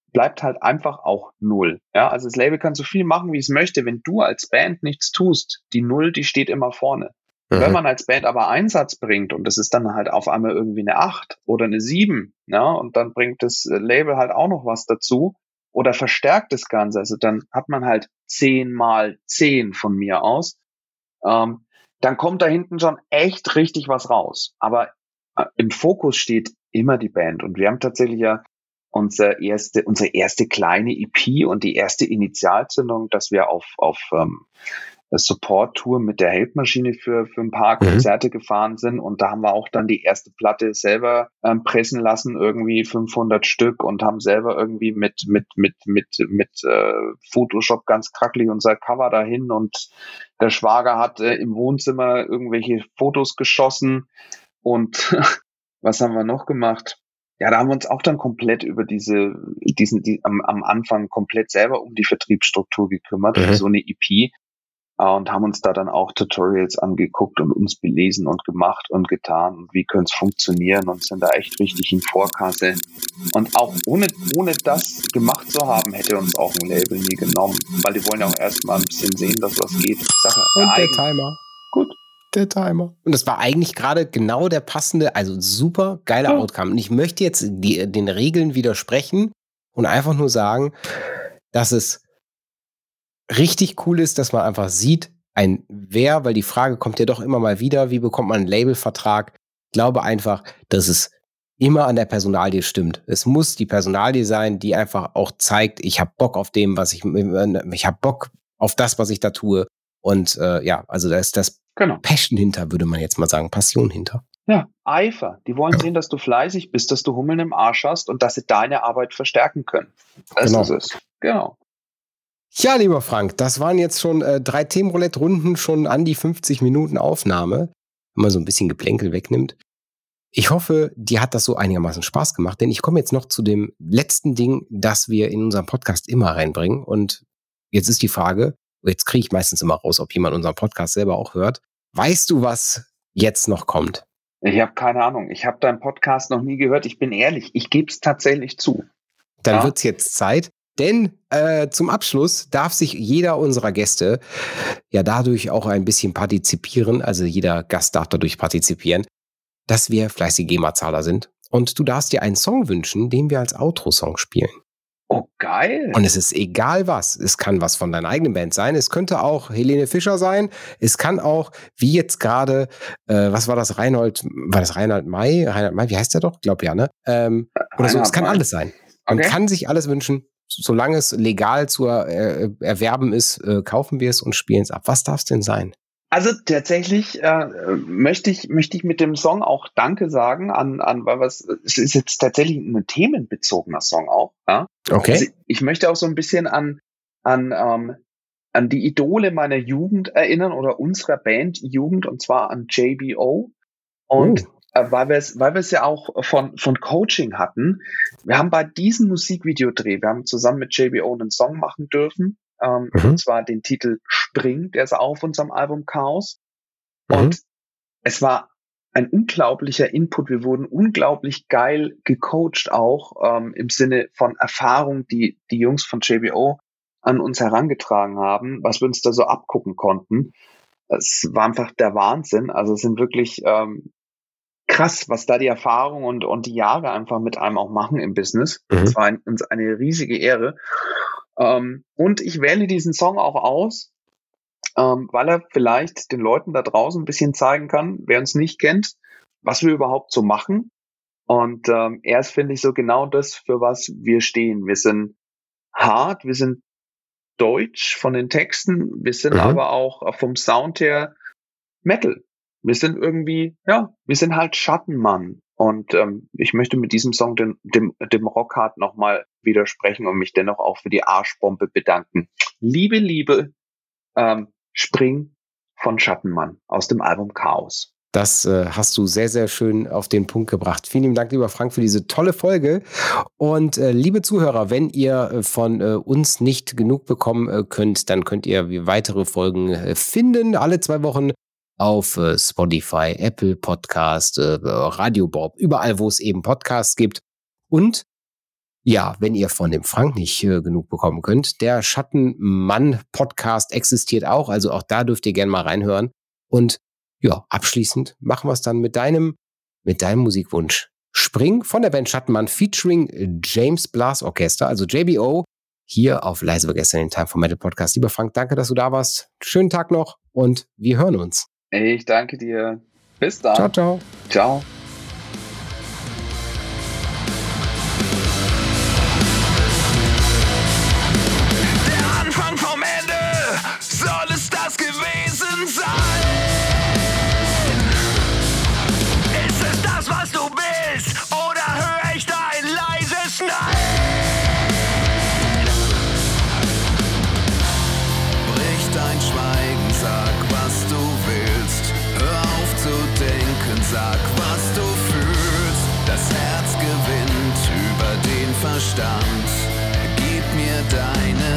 bleibt halt einfach auch Null. Ja, also das Label kann so viel machen, wie es möchte. Wenn du als Band nichts tust, die Null, die steht immer vorne. Mhm. Wenn man als Band aber Einsatz bringt und das ist dann halt auf einmal irgendwie eine acht oder eine sieben, ja, und dann bringt das Label halt auch noch was dazu oder verstärkt das Ganze, also dann hat man halt zehn mal zehn von mir aus, ähm, dann kommt da hinten schon echt richtig was raus. Aber äh, im Fokus steht immer die Band und wir haben tatsächlich ja unser erste, unsere erste kleine E P und die erste Initialzündung, dass wir auf, auf ähm, Support-Tour mit der Help-Maschine für, für ein paar Konzerte mhm. gefahren sind und da haben wir auch dann die erste Platte selber ähm, pressen lassen, irgendwie fünfhundert Stück und haben selber irgendwie mit mit mit mit mit äh, Photoshop ganz krackelig unser Cover dahin und der Schwager hat äh, im Wohnzimmer irgendwelche Fotos geschossen und was haben wir noch gemacht? Ja, da haben wir uns auch dann komplett über diese, diesen, die, am, am Anfang komplett selber um die Vertriebsstruktur gekümmert, mhm. für so eine E P. Und haben uns da dann auch Tutorials angeguckt und uns belesen und gemacht und getan und wie könnte es funktionieren und sind da echt richtig in Vorkasse. Und auch ohne, ohne das gemacht zu haben, hätte uns auch ein Label nie genommen, weil die wollen ja auch erstmal ein bisschen sehen, dass was geht. Sache, und der Timer. Gut. Der Timer. Und das war eigentlich gerade genau der passende, also super geiler ja. Outcome. Und ich möchte jetzt die, den Regeln widersprechen und einfach nur sagen, dass es richtig cool ist, dass man einfach sieht, ein Wer, weil die Frage kommt ja doch immer mal wieder, wie bekommt man einen Labelvertrag? Ich glaube einfach, dass es immer an der Personalie stimmt. Es muss die Personalie sein, die einfach auch zeigt, ich habe Bock auf dem, was ich, ich habe Bock auf das, was ich da tue. Und äh, ja, also da ist das genau. Passion hinter, würde man jetzt mal sagen, Passion hinter. Ja, Eifer. Die wollen sehen, dass du fleißig bist, dass du Hummeln im Arsch hast und dass sie deine Arbeit verstärken können. Das genau. ist es. Genau. Ja, lieber Frank, das waren jetzt schon äh, drei Themenroulette-Runden, schon an die fünfzig Minuten Aufnahme, wenn man so ein bisschen Geplänkel wegnimmt. Ich hoffe, dir hat das so einigermaßen Spaß gemacht, denn ich komme jetzt noch zu dem letzten Ding, das wir in unserem Podcast immer reinbringen. Und jetzt ist die Frage, jetzt kriege ich meistens immer raus, ob jemand unseren Podcast selber auch hört. Weißt du, was jetzt noch kommt? Ich habe keine Ahnung. Ich habe deinen Podcast noch nie gehört. Ich bin ehrlich, ich gebe es tatsächlich zu. Dann ja? wird es jetzt Zeit. Denn äh, zum Abschluss darf sich jeder unserer Gäste ja dadurch auch ein bisschen partizipieren, also jeder Gast darf dadurch partizipieren, dass wir fleißige GEMA-Zahler sind. Und du darfst dir einen Song wünschen, den wir als Outro-Song spielen. Oh, geil. Und es ist egal was. Es kann was von deiner eigenen Band sein. Es könnte auch Helene Fischer sein. Es kann auch, wie jetzt gerade, äh, was war das, Reinhold, war das Reinhard May? Reinhard May, wie heißt der doch? Ich glaube ja, ne? Ähm, oder so, es kann May. Alles sein. Man okay. kann sich alles wünschen. Solange es legal zu er, erwerben ist, äh, kaufen wir es und spielen es ab. Was darf es denn sein? Also tatsächlich äh, möchte ich möchte ich mit dem Song auch Danke sagen an an weil was es ist jetzt tatsächlich ein themenbezogener Song auch. Ja? Okay. Also ich möchte auch so ein bisschen an an ähm, an die Idole meiner Jugend erinnern oder unserer Band Jugend und zwar an J B O und oh. Weil wir es, weil wir es ja auch von, von Coaching hatten. Wir haben bei diesem Musikvideodreh, wir haben zusammen mit J B O einen Song machen dürfen, ähm, mhm. und zwar den Titel Spring, der ist auf unserem Album Chaos. Mhm. Und es war ein unglaublicher Input. Wir wurden unglaublich geil gecoacht auch, ähm, im Sinne von Erfahrung, die die Jungs von J B O an uns herangetragen haben, was wir uns da so abgucken konnten. Es war einfach der Wahnsinn. Also es sind wirklich, ähm, krass, was da die Erfahrung und, und die Jahre einfach mit einem auch machen im Business. Mhm. Das war ein, uns eine riesige Ehre. Ähm, und ich wähle diesen Song auch aus, ähm, weil er vielleicht den Leuten da draußen ein bisschen zeigen kann, wer uns nicht kennt, was wir überhaupt so machen. Und ähm, er ist, finde ich, so genau das, für was wir stehen. Wir sind hart, wir sind deutsch von den Texten, wir sind mhm. aber auch vom Sound her Metal. Wir sind irgendwie, ja, wir sind halt Schattenmann. Und ähm, ich möchte mit diesem Song dem, dem, dem Rockhard nochmal widersprechen und mich dennoch auch für die Arschbombe bedanken. Liebe, liebe, ähm, Spring von Schattenmann aus dem Album Chaos. Das äh, hast du sehr, sehr schön auf den Punkt gebracht. Vielen lieben Dank, lieber Frank, für diese tolle Folge. Und äh, liebe Zuhörer, wenn ihr äh, von äh, uns nicht genug bekommen äh, könnt, dann könnt ihr weitere Folgen äh, finden, alle zwei Wochen. Auf äh, Spotify, Apple Podcast, äh, Radio Bob, überall, wo es eben Podcasts gibt. Und Ja, wenn ihr von dem Frank nicht äh, genug bekommen könnt, der Schattenmann-Podcast existiert auch, also auch da dürft ihr gerne mal reinhören. Und ja, abschließend machen wir es dann mit deinem, mit deinem Musikwunsch. Spring von der Band Schattenmann featuring James Blas Orchester, also J B O, hier auf Leise war gestern den Time for Metal Podcast. Lieber Frank, danke, dass du da warst. Schönen Tag noch und wir hören uns. Ich danke dir. Bis dann. Ciao, ciao. Ciao. Sag, was du fühlst, das Herz gewinnt über den Verstand. Gib mir deine